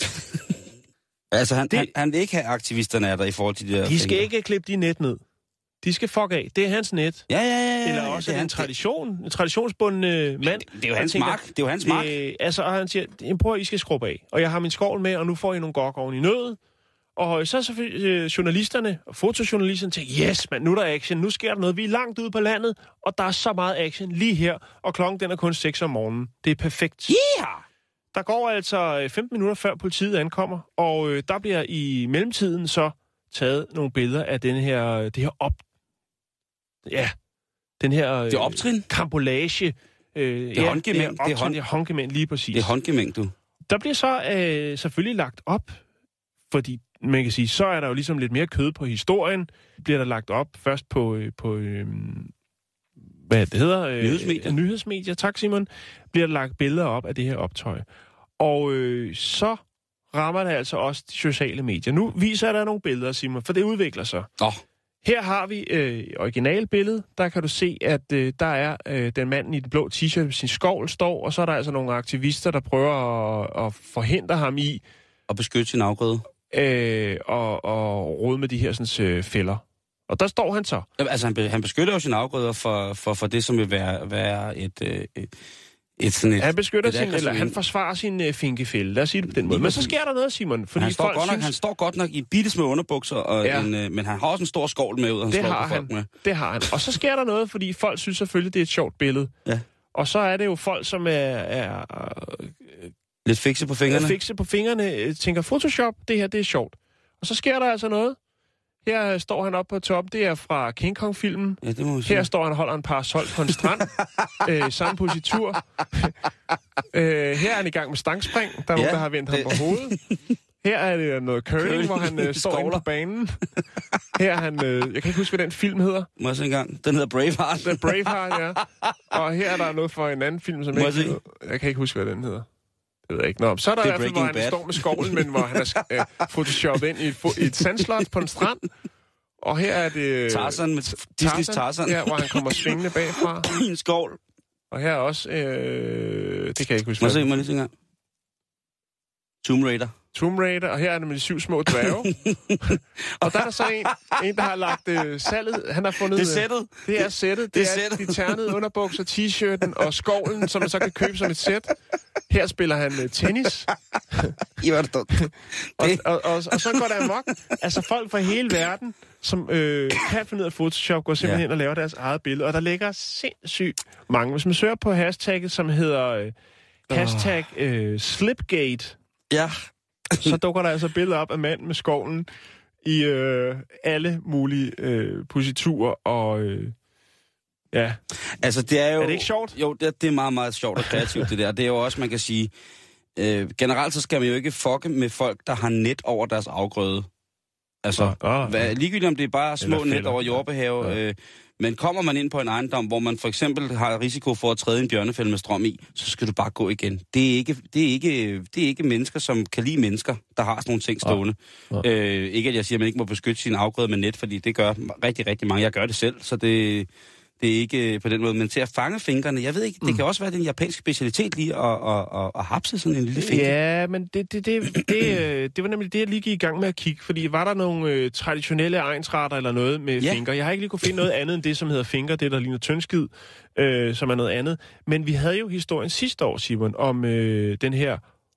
Speaker 5: altså, han, det, han, han vil ikke have aktivisterne er der i forhold til de der...
Speaker 4: De skal ikke klippe de net ned. De skal fuck af. Det er hans net.
Speaker 5: Ja, ja, ja. ja
Speaker 4: Eller også
Speaker 5: det er
Speaker 4: en tradition, en traditionsbunden øh, mand.
Speaker 5: Det, det er jo hans mark. Det er jo hans mark.
Speaker 4: Øh, altså, og han siger, prøv at I skal skrubbe af. Og jeg har min skovl med, og nu får I nogle gok oven i nød. Og så er selvfølgelig øh, journalisterne og fotojournalisterne tænker, yes, man, nu er der action, nu sker der noget. Vi er langt ude på landet, og der er så meget action lige her, og klokken den er kun seks om morgenen. Det er perfekt.
Speaker 5: Yeah!
Speaker 4: Der går altså femten minutter før politiet ankommer, og øh, der bliver i mellemtiden så taget nogle billeder af den her, det her op... Ja, den her... Øh,
Speaker 5: det er optrin?
Speaker 4: Kampolage. Øh,
Speaker 5: det er
Speaker 4: ja,
Speaker 5: håndgemæng.
Speaker 4: Det er, hånd... det er håndgemæng, lige præcis.
Speaker 5: Det er håndgemæng, du.
Speaker 4: Der bliver så øh, selvfølgelig lagt op, fordi man kan sige, så er der jo ligesom lidt mere kød på historien. Bliver der lagt op først på, øh, på øh, hvad det hedder? Øh,
Speaker 5: nyhedsmedier.
Speaker 4: Nyhedsmedier, tak Simon. Bliver der lagt billeder op af det her optøj. Og øh, så rammer det altså også de sociale medier. Nu viser jeg dig nogle billeder, Simon, for det udvikler sig.
Speaker 5: Oh.
Speaker 4: Her har vi øh, originalbillede. Der kan du se, at øh, der er øh, den mand i den blå t-shirt med sin skovl står, og så er der altså nogle aktivister, der prøver at, at forhindre ham i
Speaker 5: at beskytte sin afgrøde.
Speaker 4: Øh, og, og rode med de her sådan, øh, fælder. Og der står han så.
Speaker 5: Altså, han, be, han beskytter jo sine afgrøder for, for, for det, som vil være, være et, øh, et, et sådan et...
Speaker 4: Han beskytter
Speaker 5: et
Speaker 4: sin, eller han forsvarer sin øh, finkefælde. Lad os sige det på den måde. Men så sker der noget, Simon. Fordi
Speaker 5: han, står
Speaker 4: folk
Speaker 5: godt nok,
Speaker 4: synes...
Speaker 5: han står godt nok i bitte små underbukser, og
Speaker 4: ja.
Speaker 5: en, øh, men han har også en stor skovl med ud, og han
Speaker 4: det
Speaker 5: slår
Speaker 4: har
Speaker 5: på folk
Speaker 4: han.
Speaker 5: med.
Speaker 4: Det har han. Og så sker der noget, fordi folk synes selvfølgelig, det er et sjovt billede.
Speaker 5: Ja.
Speaker 4: Og så er det jo folk, som er... er øh,
Speaker 5: lidt fikse på fingrene.
Speaker 4: Fikse på fingrene. Tænker, Photoshop, det her, det er sjovt. Og så sker der altså noget. Her står han op på top. Det er fra King Kong-filmen.
Speaker 5: Ja, det må man sige.
Speaker 4: Her står han og holder en parasol på en strand. øh, samme positur. øh, her er han i gang med stangspring. Der er ja, nogen, der har vendt ham på hovedet. Her er det noget curling, curling hvor han øh, står inde på banen. Her er han... Øh, jeg kan ikke huske, hvad den film hedder.
Speaker 5: Må jeg se en gang? Den hedder Braveheart.
Speaker 4: Den Braveheart, ja. Og her er der noget for en anden film, som jeg ikke hedder. Jeg kan ikke huske, hvad den hedder. Det ved jeg ikke. Nå, så er der i hvert fald, hvor han bad. står med skovlen, men hvor han er øh, photoshoppet ind i et, i et sandslot på en strand. Og her er det...
Speaker 5: Tarzan med Disney's Tarzan.
Speaker 4: Ja, hvor han kommer svingende bagfra.
Speaker 5: I en skovl.
Speaker 4: Og her er også... Øh, det kan jeg ikke huske.
Speaker 5: Må jeg se, må jeg lige se en gang. Tomb Raider.
Speaker 4: Tomb Raider, og her er det med de syv små dværge. Og der er der så en, en der har lagt øh, salget. Han har fundet...
Speaker 5: Det er sættet.
Speaker 4: Det er sættet. Det, det er, er de ternede underbukser, t-shirten og skovlen, som man så kan købe som et sæt. Her spiller han øh, tennis.
Speaker 5: I var det dumt.
Speaker 4: og, og, og, og så går der amok. Altså folk fra hele verden, som øh, kan finde ud af Photoshop, går simpelthen ja. ind og laver deres eget billede. Og der ligger sindssygt mange. Hvis man søger på hashtagget, som hedder øh, hashtag øh, Slipgate,
Speaker 5: ja.
Speaker 4: så dukker der altså billeder op af manden med skovlen i øh, alle mulige øh, positurer og... Øh, ja.
Speaker 5: Altså, det er jo...
Speaker 4: Er det ikke sjovt?
Speaker 5: Jo, det, det er meget, meget sjovt og kreativt, det der. Det er jo også, man kan sige... Øh, generelt så skal man jo ikke fucke med folk, der har net over deres afgrøde. Altså,
Speaker 4: oh, oh,
Speaker 5: hvad, ligegyldigt om det er bare små net over jordbehave... Ja. Øh, men kommer man ind på en ejendom, hvor man for eksempel har risiko for at træde en bjørnefælde med strøm i, så skal du bare gå igen. Det er ikke, det er ikke, det er ikke mennesker, som kan lide mennesker, der har sådan nogle ting stående. Ja. Ja. Øh, ikke at jeg siger, at man ikke må beskytte sin afgrøde med net, fordi det gør rigtig, rigtig mange. Jeg gør det selv, så det, det er ikke på den måde. Men til at fange fingrene, jeg ved ikke, det mm. kan også være den japanske specialitet lige at, at, at, at hapse sådan en lille finger.
Speaker 4: Ja, men det, det, det, det, det var nemlig det, jeg lige gik i gang med at kigge. Fordi var der nogle øh, traditionelle egnsretter eller noget med ja. fingre? Jeg har ikke lige kunne finde noget andet end det, som hedder finger, det der ligner tyndskid, øh, som er noget andet. Men vi havde jo historien sidste år, Simon, om øh, den her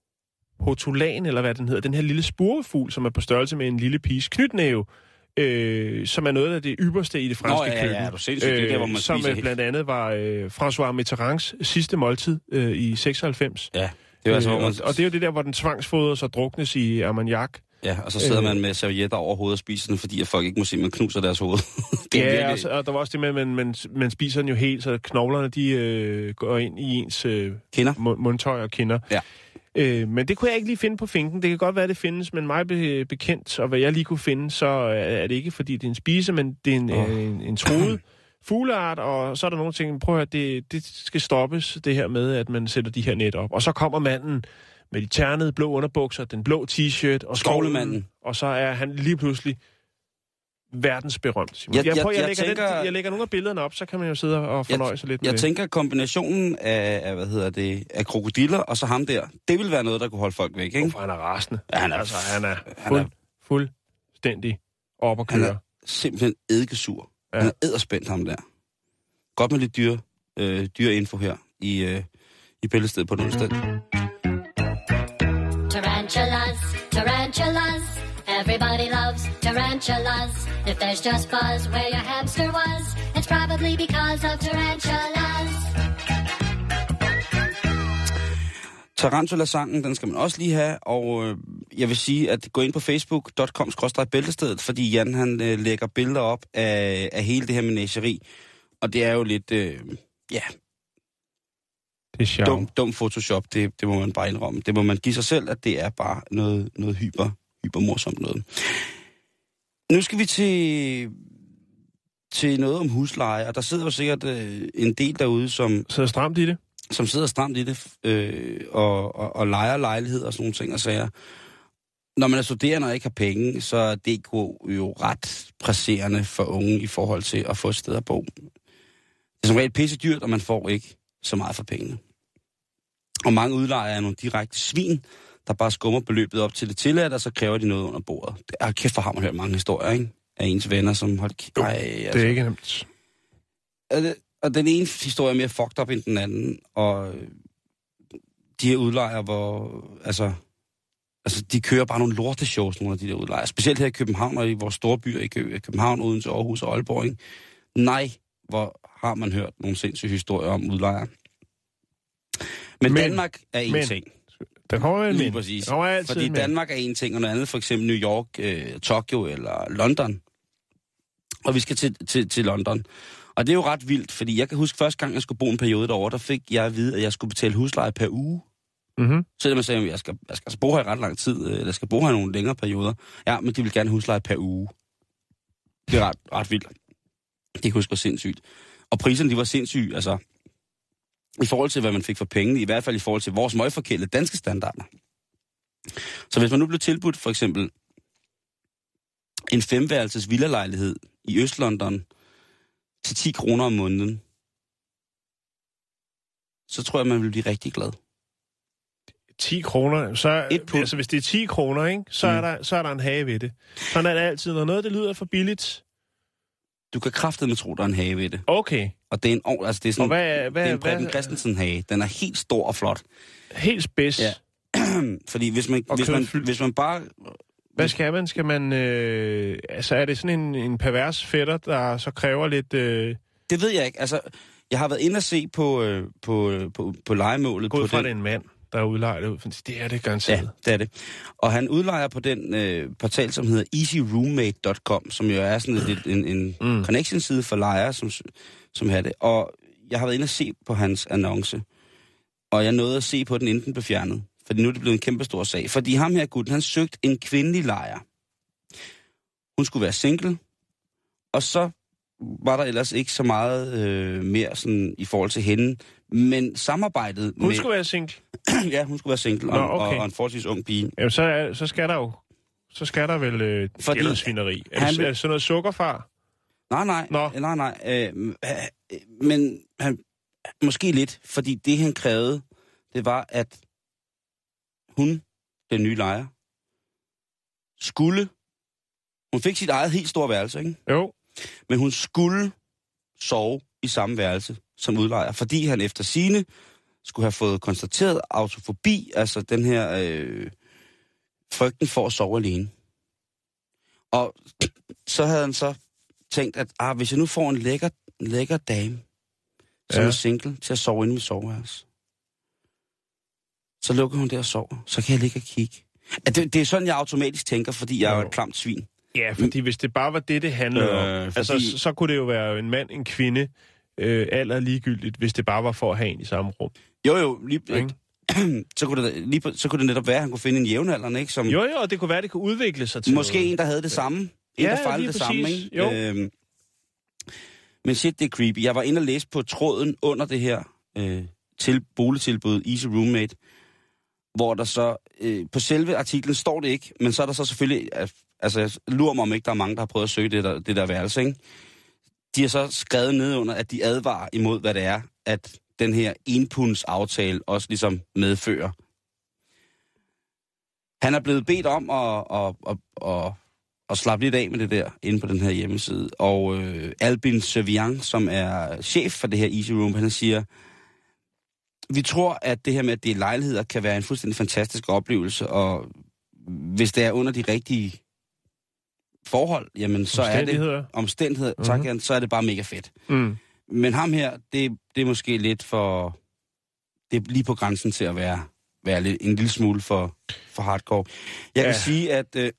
Speaker 4: hotulan, eller hvad den hedder, den her lille spurvefugl, som er på størrelse med en lille piges knytnæve. Øh, som er noget af det ypperste i det franske
Speaker 5: Nå, ja,
Speaker 4: køkken.
Speaker 5: ja, ja, du sindssygt, det der, hvor man
Speaker 4: som
Speaker 5: spiser
Speaker 4: blandt andet var øh, François Mitterrands sidste måltid øh, i seksoghalvfems.
Speaker 5: Ja, det var altså,
Speaker 4: øh,
Speaker 5: hvor man...
Speaker 4: og, og det er jo det der, hvor den tvangsfodres og druknes i armagnac.
Speaker 5: Ja, og så sidder øh, man med servietter over hovedet og spiser den, fordi at folk ikke må se, at man knuser deres hoved. det
Speaker 4: ja,
Speaker 5: virkelig...
Speaker 4: og, så, og der var også det med, at man, man, man spiser den jo helt, så knoglerne de øh, går ind i ens øh,
Speaker 5: kinder.
Speaker 4: mundtøj og kinder.
Speaker 5: Ja.
Speaker 4: Øh, men det kunne jeg ikke lige finde på finken. Det kan godt være, det findes, men mig be- bekendt, og hvad jeg lige kunne finde, så er det ikke, fordi det er en spise, men det er en, oh. en, en truet fugleart, og så er der nogle ting, prøv at høre, det, det skal stoppes, det her med, at man sætter de her net op. Og så kommer manden med de ternede blå underbukser, den blå t-shirt og skovlemanden, og så er han lige pludselig verdensberømt. Jeg, jeg, jeg, jeg, jeg, lægger tænker, den, jeg lægger nogle af billederne op, så kan man jo sidde og fornøje
Speaker 5: jeg,
Speaker 4: sig lidt med
Speaker 5: Jeg
Speaker 4: det.
Speaker 5: tænker, kombinationen af, af, hvad hedder det, af krokodiller og så ham der, det vil være noget, der kunne holde folk væk, ikke?
Speaker 4: Hvorfor han er rasende.
Speaker 5: Ja, han er,
Speaker 4: altså, han er,
Speaker 5: han
Speaker 4: fuld,
Speaker 5: er
Speaker 4: fuldstændig op at køre.
Speaker 5: Han er simpelthen eddikesur. Ja. Han er edderspændt, ham der. Godt med lidt dyre, øh, dyre info her i, øh, i Bæltestedet på onsdag.
Speaker 8: Tarantulas, tarantulas. Everybody loves tarantulas. If there's just buzz where your hamster was, it's probably because of tarantulas.
Speaker 5: Tarantula-sangen, den skal man også lige have, og øh, jeg vil sige, at gå ind på facebook punktum com skråstreg bæltestedet, fordi Jan han øh, lægger billeder op af, af hele det her menageri, og det er jo lidt, øh, ja,
Speaker 4: det er
Speaker 5: dum, dum Photoshop, det, det må man bare indrømme. Det må man give sig selv, at det er bare noget, noget hyper, hyper morsomt noget. Nu skal vi til, til noget om husleje, og der sidder jo sikkert øh, en del derude, som...
Speaker 4: Sidder stramt i det?
Speaker 5: Som sidder stramt i det, øh, og, og, og lejer lejlighed og sådan nogle ting og sager. Når man er studerende og ikke har penge, så er det jo ret presserende for unge i forhold til at få et sted at bo. Det er som regel pisse dyrt, og man får ikke så meget for pengene. Og mange udlejere er nogle direkte svin, der bare skummer beløbet op til det tilladte, og så kræver de noget under bordet. Det er kæft, for har man hørt mange historier, ikke? Af ens venner, som holdt...
Speaker 4: Jo, Ej, altså. Det er ikke nemt.
Speaker 5: Er det... Og den ene historie er mere fucked up end den anden, og de her udlejere, hvor, altså, altså, de kører bare nogle lorteshows, nogle af de der udlejere. Specielt her i København og i vores store byer i København, Odense, Aarhus og Aalborg, ikke? Nej, hvor har man hørt nogle sindssyge historier om udlejere. Men, men Danmark er en
Speaker 4: men,
Speaker 5: ting.
Speaker 4: Der kommer en
Speaker 5: Lige
Speaker 4: men.
Speaker 5: præcis.
Speaker 4: Der altid
Speaker 5: Fordi
Speaker 4: en
Speaker 5: Danmark er en ting, og noget andet, for eksempel New York, øh, Tokyo eller London. Og vi skal til, til, til London. Og det er jo ret vildt, fordi jeg kan huske første gang, jeg skulle bo en periode derovre, der fik jeg at vide, at jeg skulle betale husleje per uge.
Speaker 4: Mm-hmm.
Speaker 5: Selvom jeg sagde, at jeg skal, jeg skal bo her i ret lang tid, eller jeg skal bo her i nogle længere perioder. Ja, men de vil gerne husleje per uge. Det er ret, ret vildt. Det kan huske var sindssygt. Og priserne, de var sindssyge, altså i forhold til, hvad man fik for pengene, i hvert fald i forhold til vores møgforkældte danske standarder. Så hvis man nu blev tilbudt for eksempel en femværelses villalejlighed i Øst-London til ti kroner om måneden, så tror jeg, man vil blive rigtig glad.
Speaker 4: ti kroner, så
Speaker 5: Et pund.
Speaker 4: altså hvis det er ti kroner, ikke, så, mm. er der, så er der en hage ved det. Sådan er det altid. Når noget det lyder for billigt.
Speaker 5: Du kan kraftedeme tro, der er en hage ved det.
Speaker 4: Okay.
Speaker 5: Og det er en, altså det er sådan,
Speaker 4: og hvad, hvad,
Speaker 5: det er en Preben
Speaker 4: hvad,
Speaker 5: Christensen-hage. Den er helt stor og flot.
Speaker 4: Helt spids.
Speaker 5: Ja. Fordi hvis man, hvis man, hvis man bare...
Speaker 4: Hvad skal man? Skal man... Øh, altså er det sådan en, en pervers fætter, der så kræver lidt... Øh...
Speaker 5: Det ved jeg ikke. Altså, jeg har været inde og se på, øh, på, på, på lejemålet.
Speaker 4: Gå ud
Speaker 5: på
Speaker 4: fra,
Speaker 5: den.
Speaker 4: det er en mand, der udlejer det ud. For det er det garanteret.
Speaker 5: Ja, det er det. Og han udlejer på den øh, portal, som hedder easy roommate punktum com, som jo er sådan lidt en, en mm. connection-side for lejere, som, som har det. Og jeg har været inde og se på hans annonce. Og jeg nåede at se på den, inden den blev fjernet. Fordi nu er det blevet en kæmpe stor sag. Fordi ham her gutten, han søgte en kvindelig lejer. Hun skulle være single. Og så var der ellers ikke så meget øh, mere sådan, i forhold til hende. Men samarbejdet
Speaker 4: Hun
Speaker 5: med...
Speaker 4: skulle være single?
Speaker 5: Ja, hun skulle være single.
Speaker 4: Nå,
Speaker 5: og,
Speaker 4: okay.
Speaker 5: og, og en forholdsvis ung pige.
Speaker 4: Jamen, så, er, så skal der jo... Så skal der vel øh,
Speaker 5: Fordi
Speaker 4: svineri. Er,
Speaker 5: han,
Speaker 4: det, er det sådan noget sukkerfar?
Speaker 5: Nej, nej.
Speaker 4: Nå.
Speaker 5: Nej, nej. Øh, men han, måske lidt, fordi det han krævede, det var, at hun, den nye lejer, skulle... Hun fik sit eget helt store værelse, ikke?
Speaker 4: Jo.
Speaker 5: Men hun skulle sove i samme værelse som udlejer, fordi han efter sigende skulle have fået konstateret autofobi, altså den her øh, frygten for at sove alene. Og så havde han så tænkt, at ah, hvis jeg nu får en lækker, lækker dame, som ja. er single, til at sove inde i mit soveværelse, så lukker hun der og sover. Så kan jeg ligge og kigge. At det, det er sådan, jeg automatisk tænker, fordi jeg er jo et klamt svin.
Speaker 4: Ja, fordi hvis det bare var det, det handlede øh, om, fordi... altså, så, så kunne det jo være en mand, en kvinde, øh, alder ligegyldigt, hvis det bare var for at have en i samme rum.
Speaker 5: Jo, jo, lige, så, kunne det, lige, så kunne det netop være, at han kunne finde en jævnaldrende, ikke? Som,
Speaker 4: jo, jo, og det kunne være, at det kunne udvikle sig til
Speaker 5: måske
Speaker 4: noget.
Speaker 5: en, der havde det samme. En,
Speaker 4: ja,
Speaker 5: der fejlede det samme, ikke?
Speaker 4: Jo.
Speaker 5: Øhm, men shit, det er creepy. Jeg var inde og læse på tråden under det her øh, til boligtilbud Easy Roommate, hvor der så, øh, på selve artiklen står det ikke, men så er der så selvfølgelig, altså jeg lurer mig om ikke, der er mange, der har prøvet at søge det der, det der værelse, ikke? De har så skrevet ned under, at de advarer imod, hvad det er, at den her enpunds-aftale også ligesom medfører. Han er blevet bedt om at, at, at, at, at slappe lidt af med det der, inde på den her hjemmeside. Og øh, Albin Servian, som er chef for det her Easy Room, han siger, vi tror, at det her med, at det er lejligheder, kan være en fuldstændig fantastisk oplevelse, og hvis det er under de rigtige forhold, jamen så er det omstændigheder, tak, mm-hmm. så er det bare mega fedt.
Speaker 4: Mm.
Speaker 5: Men ham her, det, det er måske lidt for, det er lige på grænsen til at være, være lidt, en lille smule for, for hardcore. Jeg ja. kan sige, at øh,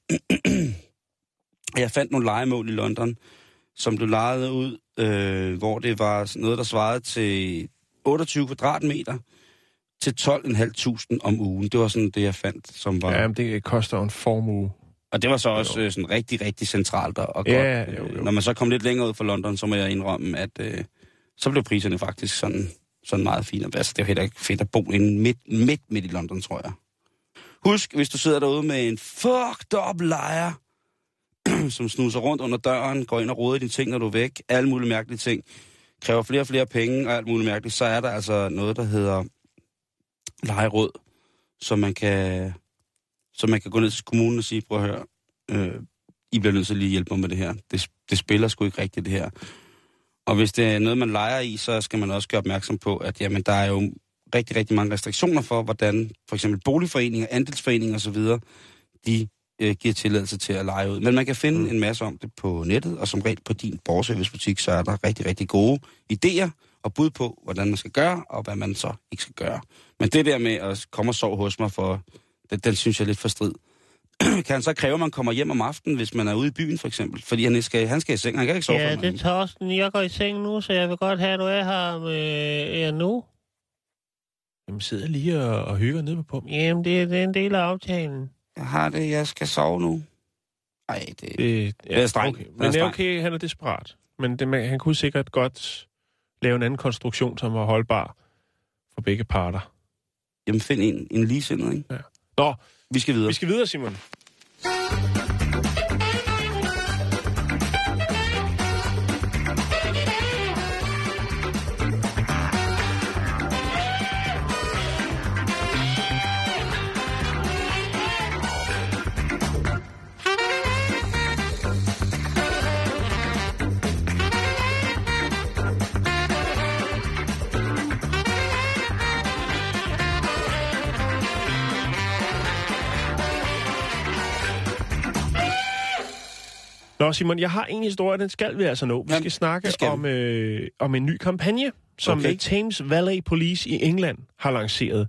Speaker 5: jeg fandt nogle lejemål i London, som blev lejet ud, øh, hvor det var noget, der svarede til otteogtyve kvadratmeter til tolv tusind fem hundrede om ugen. Det var sådan det, jeg fandt, som var...
Speaker 4: Ja, men det koster en formue.
Speaker 5: Og det var så også øh, sådan rigtig, rigtig centralt og, og
Speaker 4: ja,
Speaker 5: godt.
Speaker 4: Jo, jo.
Speaker 5: Når man så kom lidt længere ud fra London, så må jeg indrømme, at øh, så blev priserne faktisk sådan, sådan meget fine. Altså, det er jo heller ikke fedt at bo inde midt, midt, midt i London, tror jeg. Husk, hvis du sidder derude med en fucked up lejer, som snuser rundt under døren, går ind og roder i dine ting, når du er væk, alle mulige mærkelige ting, kræver flere og flere penge og alt muligt mærkeligt, så er der altså noget, der hedder lejeråd, så man kan... Så man kan gå ned til kommunen og sige, prøv at høre, øh, I bliver nødt til at lige hjælpe mig med det her. Det, det spiller sgu ikke rigtigt, det her. Og hvis det er noget, man leger i, så skal man også gøre opmærksom på, at jamen, der er jo rigtig, rigtig mange restriktioner for, hvordan for eksempel boligforeninger, andelsforeninger osv., de øh, giver tilladelse til at lege ud. Men man kan finde mm. en masse om det på nettet, og som regel på din borgerservicebutik, så er der rigtig, rigtig gode idéer og bud på, hvordan man skal gøre, og hvad man så ikke skal gøre. Men det der med at komme og sove hos mig for... Den, den synes jeg er lidt for strid. Kan han så kræve, at man kommer hjem om aftenen, hvis man er ude i byen, for eksempel? Fordi han skal, han skal i seng, han kan ikke sove.
Speaker 9: Ja, det er Torsten. Jeg går i seng nu, så jeg vil godt have, at du er her med jer nu.
Speaker 4: Jamen, sidder lige og, og hygger nede på pumpen.
Speaker 9: Jamen, det er, det er en del af aftalen.
Speaker 5: Jeg har det, jeg skal sove nu. Ej, det,
Speaker 4: det,
Speaker 5: ja, det er strengt.
Speaker 4: Okay. Men det er okay, han er desperat. Men det, han kunne sikkert godt lave en anden konstruktion, som var holdbar for begge parter.
Speaker 5: Jamen, find en, en ligesindet, ikke?
Speaker 4: Ja. Nå,
Speaker 5: vi skal videre.
Speaker 4: Vi skal videre, Simon. Nå, Simon, jeg har en historie, den skal vi altså nå. Vi skal
Speaker 5: Jamen,
Speaker 4: snakke
Speaker 5: skal
Speaker 4: om, øh, om en ny kampagne, som
Speaker 5: Okay.
Speaker 4: Thames Valley Police i England har lanceret.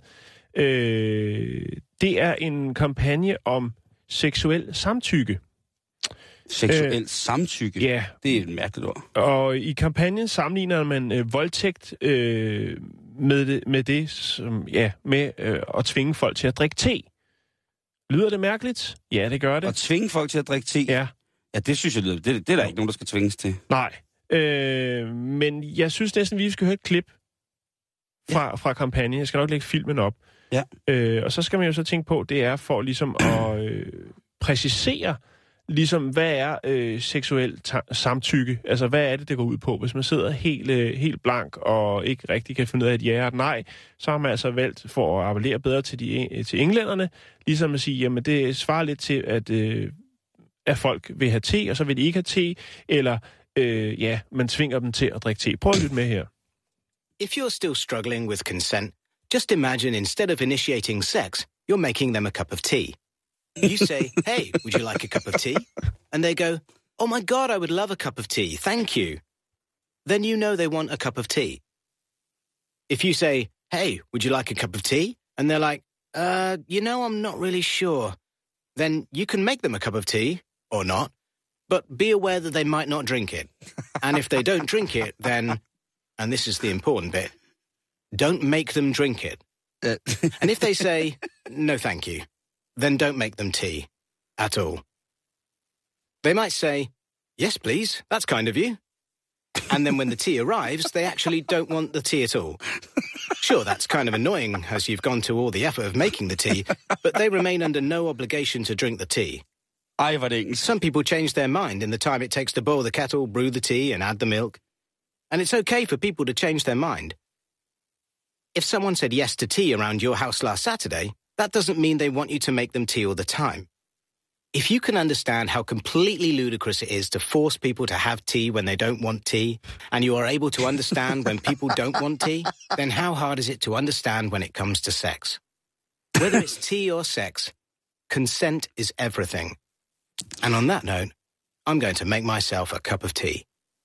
Speaker 4: Øh, det er en kampagne om seksuel samtykke.
Speaker 5: Seksuel
Speaker 4: Øh,
Speaker 5: samtykke.
Speaker 4: Ja,
Speaker 5: Det er et mærkeligt ord.
Speaker 4: og i kampagnen sammenligner man øh, voldtægt øh, med, det, med det, som, ja, med øh, at tvinge folk til at drikke te. Lyder det mærkeligt? Ja, det gør det.
Speaker 5: At tvinge folk til at drikke te?
Speaker 4: Ja.
Speaker 5: Ja, det synes jeg lyder. Det, det er der ikke nogen, der skal tvinges til.
Speaker 4: Nej. Øh, men jeg synes næsten, vi skal høre et klip fra, ja. fra kampagnen. Jeg skal nok lægge filmen op.
Speaker 5: Ja.
Speaker 4: Øh, og så skal man jo så tænke på, det er for ligesom at øh, præcisere, ligesom hvad er øh, seksuel ta- samtykke? Altså, hvad er det, det går ud på? Hvis man sidder helt, øh, helt blank og ikke rigtig kan finde ud af et ja og et nej, så har man altså valgt for at appellere bedre til, de, til englænderne, ligesom at sige, jamen det svarer lidt til, at, øh, at folk vil have te, og så vil de ikke have te, eller øh, ja, man tvinger dem til at drikke te. Prøv at lytte med her.
Speaker 10: If you're still struggling with consent, just imagine instead of initiating sex, you're making them a cup of tea. You say, hey, would you like a cup of tea? And they go, oh my God, I would love a cup of tea, thank you. Then you know they want a cup of tea. If you say, hey, would you like a cup of tea? And they're like, uh, you know, I'm not really sure. Then you can make them a cup of tea, or not, but be aware that they might not drink it. And if they don't drink it, then, and this is the important bit, don't make them drink it. And if they say, no thank you, then don't make them tea at all. They might say, yes, please, that's kind of you. And then when the tea arrives, they actually don't want the tea at all. Sure, that's kind of annoying as you've gone to all the effort of making the tea, but they remain under no obligation to drink the tea.
Speaker 5: Ej, hvor det engelsk.
Speaker 10: Some people change their mind in the time it takes to boil the kettle, brew the tea, and add the milk. And it's okay for people to change their mind. If someone said yes to tea around your house last Saturday, that doesn't mean they want you to make them tea all the time. If you can understand how completely ludicrous it is to force people to have tea when they don't want tea, and you are able to understand when people don't want tea, then how hard is it to understand when it comes to sex? Whether it's tea or sex, consent is everything. And on that note, I'm going to make myself a cup of tea.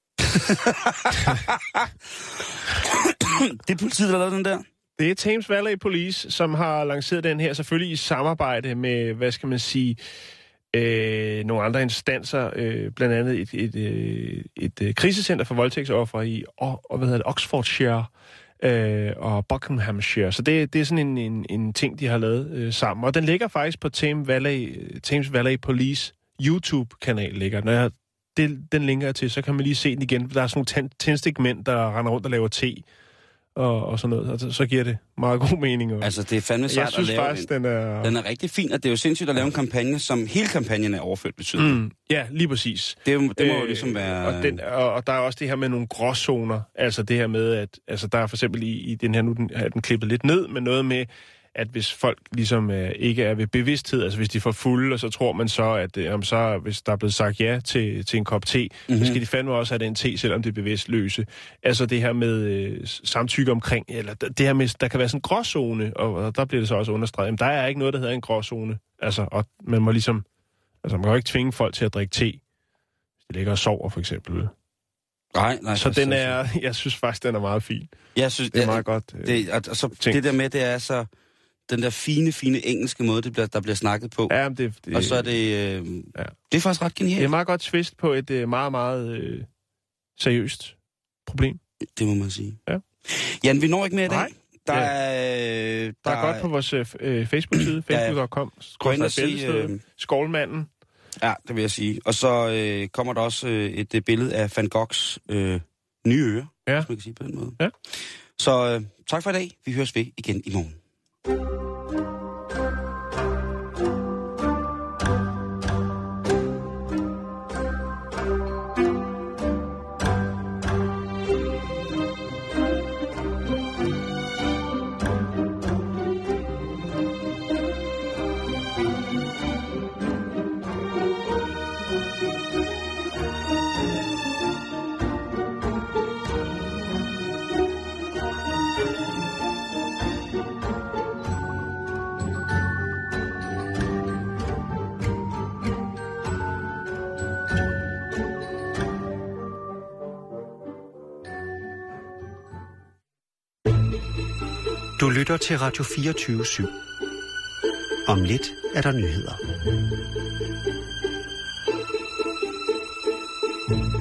Speaker 5: Det er politiet, der har lavet den der?
Speaker 4: Det er Thames Valley Police, som har lanceret den her, selvfølgelig i samarbejde med, hvad skal man sige, øh, nogle andre instanser, øh, blandt andet et, et, et, et, et krisecenter for voldtægtsofre i og, og, hvad hedder det, Oxfordshire øh, og Buckinghamshire. Så det, det er sådan en, en, en ting, de har lavet øh, sammen. Og den ligger faktisk på Thames Valley, Thames Valley Police YouTube-kanal ligger. Når jeg, det, den linker jeg til, så kan man lige se den igen. Der er sådan nogle tændstikmænd, der render rundt og laver te. Og, og sådan noget, altså, så giver det meget god mening. Og
Speaker 5: altså, det er fandme sejt
Speaker 4: jeg synes
Speaker 5: at lave
Speaker 4: faktisk,
Speaker 5: en,
Speaker 4: den er...
Speaker 5: Den er rigtig fin, og det er jo sindssygt at lave en kampagne, som hele kampagnen er overført betydning.
Speaker 4: Mm, ja, lige præcis.
Speaker 5: Det, det må øh, jo ligesom være...
Speaker 4: Og, den, og, og der er også det her med nogle gråzoner. Altså det her med, at altså, der er for eksempel i, i den her, nu den, er den klippet lidt ned, men noget med, at hvis folk ligesom øh, ikke er ved bevidsthed, altså hvis de får fulde, og så tror man så, at øh, jamen, så, hvis der er blevet sagt ja til, til en kop te, mm-hmm. så skal de fandme også have den te, selvom det er bevidstløse. Altså det her med øh, samtykke omkring, eller det her med, der kan være sådan en gråzone, og, og der bliver det så også understreget. Jamen, der er ikke noget, der hedder en gråzone. Altså, og man må ligesom, altså man kan jo ikke tvinge folk til at drikke te, hvis de ligger og sover, for eksempel.
Speaker 5: Nej, nej.
Speaker 4: Så den er, jeg synes faktisk, den er meget fin.
Speaker 5: Jeg synes,
Speaker 4: det er meget godt. Øh,
Speaker 5: det, altså, det der med, det er så... Den der fine, fine engelske måde, det bliver, der bliver snakket på.
Speaker 4: Ja, det, det,
Speaker 5: og så er det... Øh, ja. Det er faktisk ret genialt.
Speaker 4: Det er meget godt twist på et øh, meget, meget øh, seriøst problem.
Speaker 5: Det må man sige.
Speaker 4: Ja.
Speaker 5: Jan, vi når ikke mere i dag.
Speaker 4: Nej.
Speaker 5: Der,
Speaker 4: ja.
Speaker 5: er,
Speaker 4: der, der er godt på vores øh, Facebook-side, facebook punktum com.
Speaker 5: Gå ind og se... Øh,
Speaker 4: Skålmanden.
Speaker 5: Ja, det vil jeg sige. Og så øh, kommer der også øh, et øh, billede af Van Goghs øh, nye øre,
Speaker 4: ja.
Speaker 5: hvis man kan sige på den måde.
Speaker 4: Ja.
Speaker 5: Så øh, tak for i dag. Vi høres ved igen i morgen.
Speaker 3: Du lytter til Radio fireogtyve syv. Om lidt er der nyheder.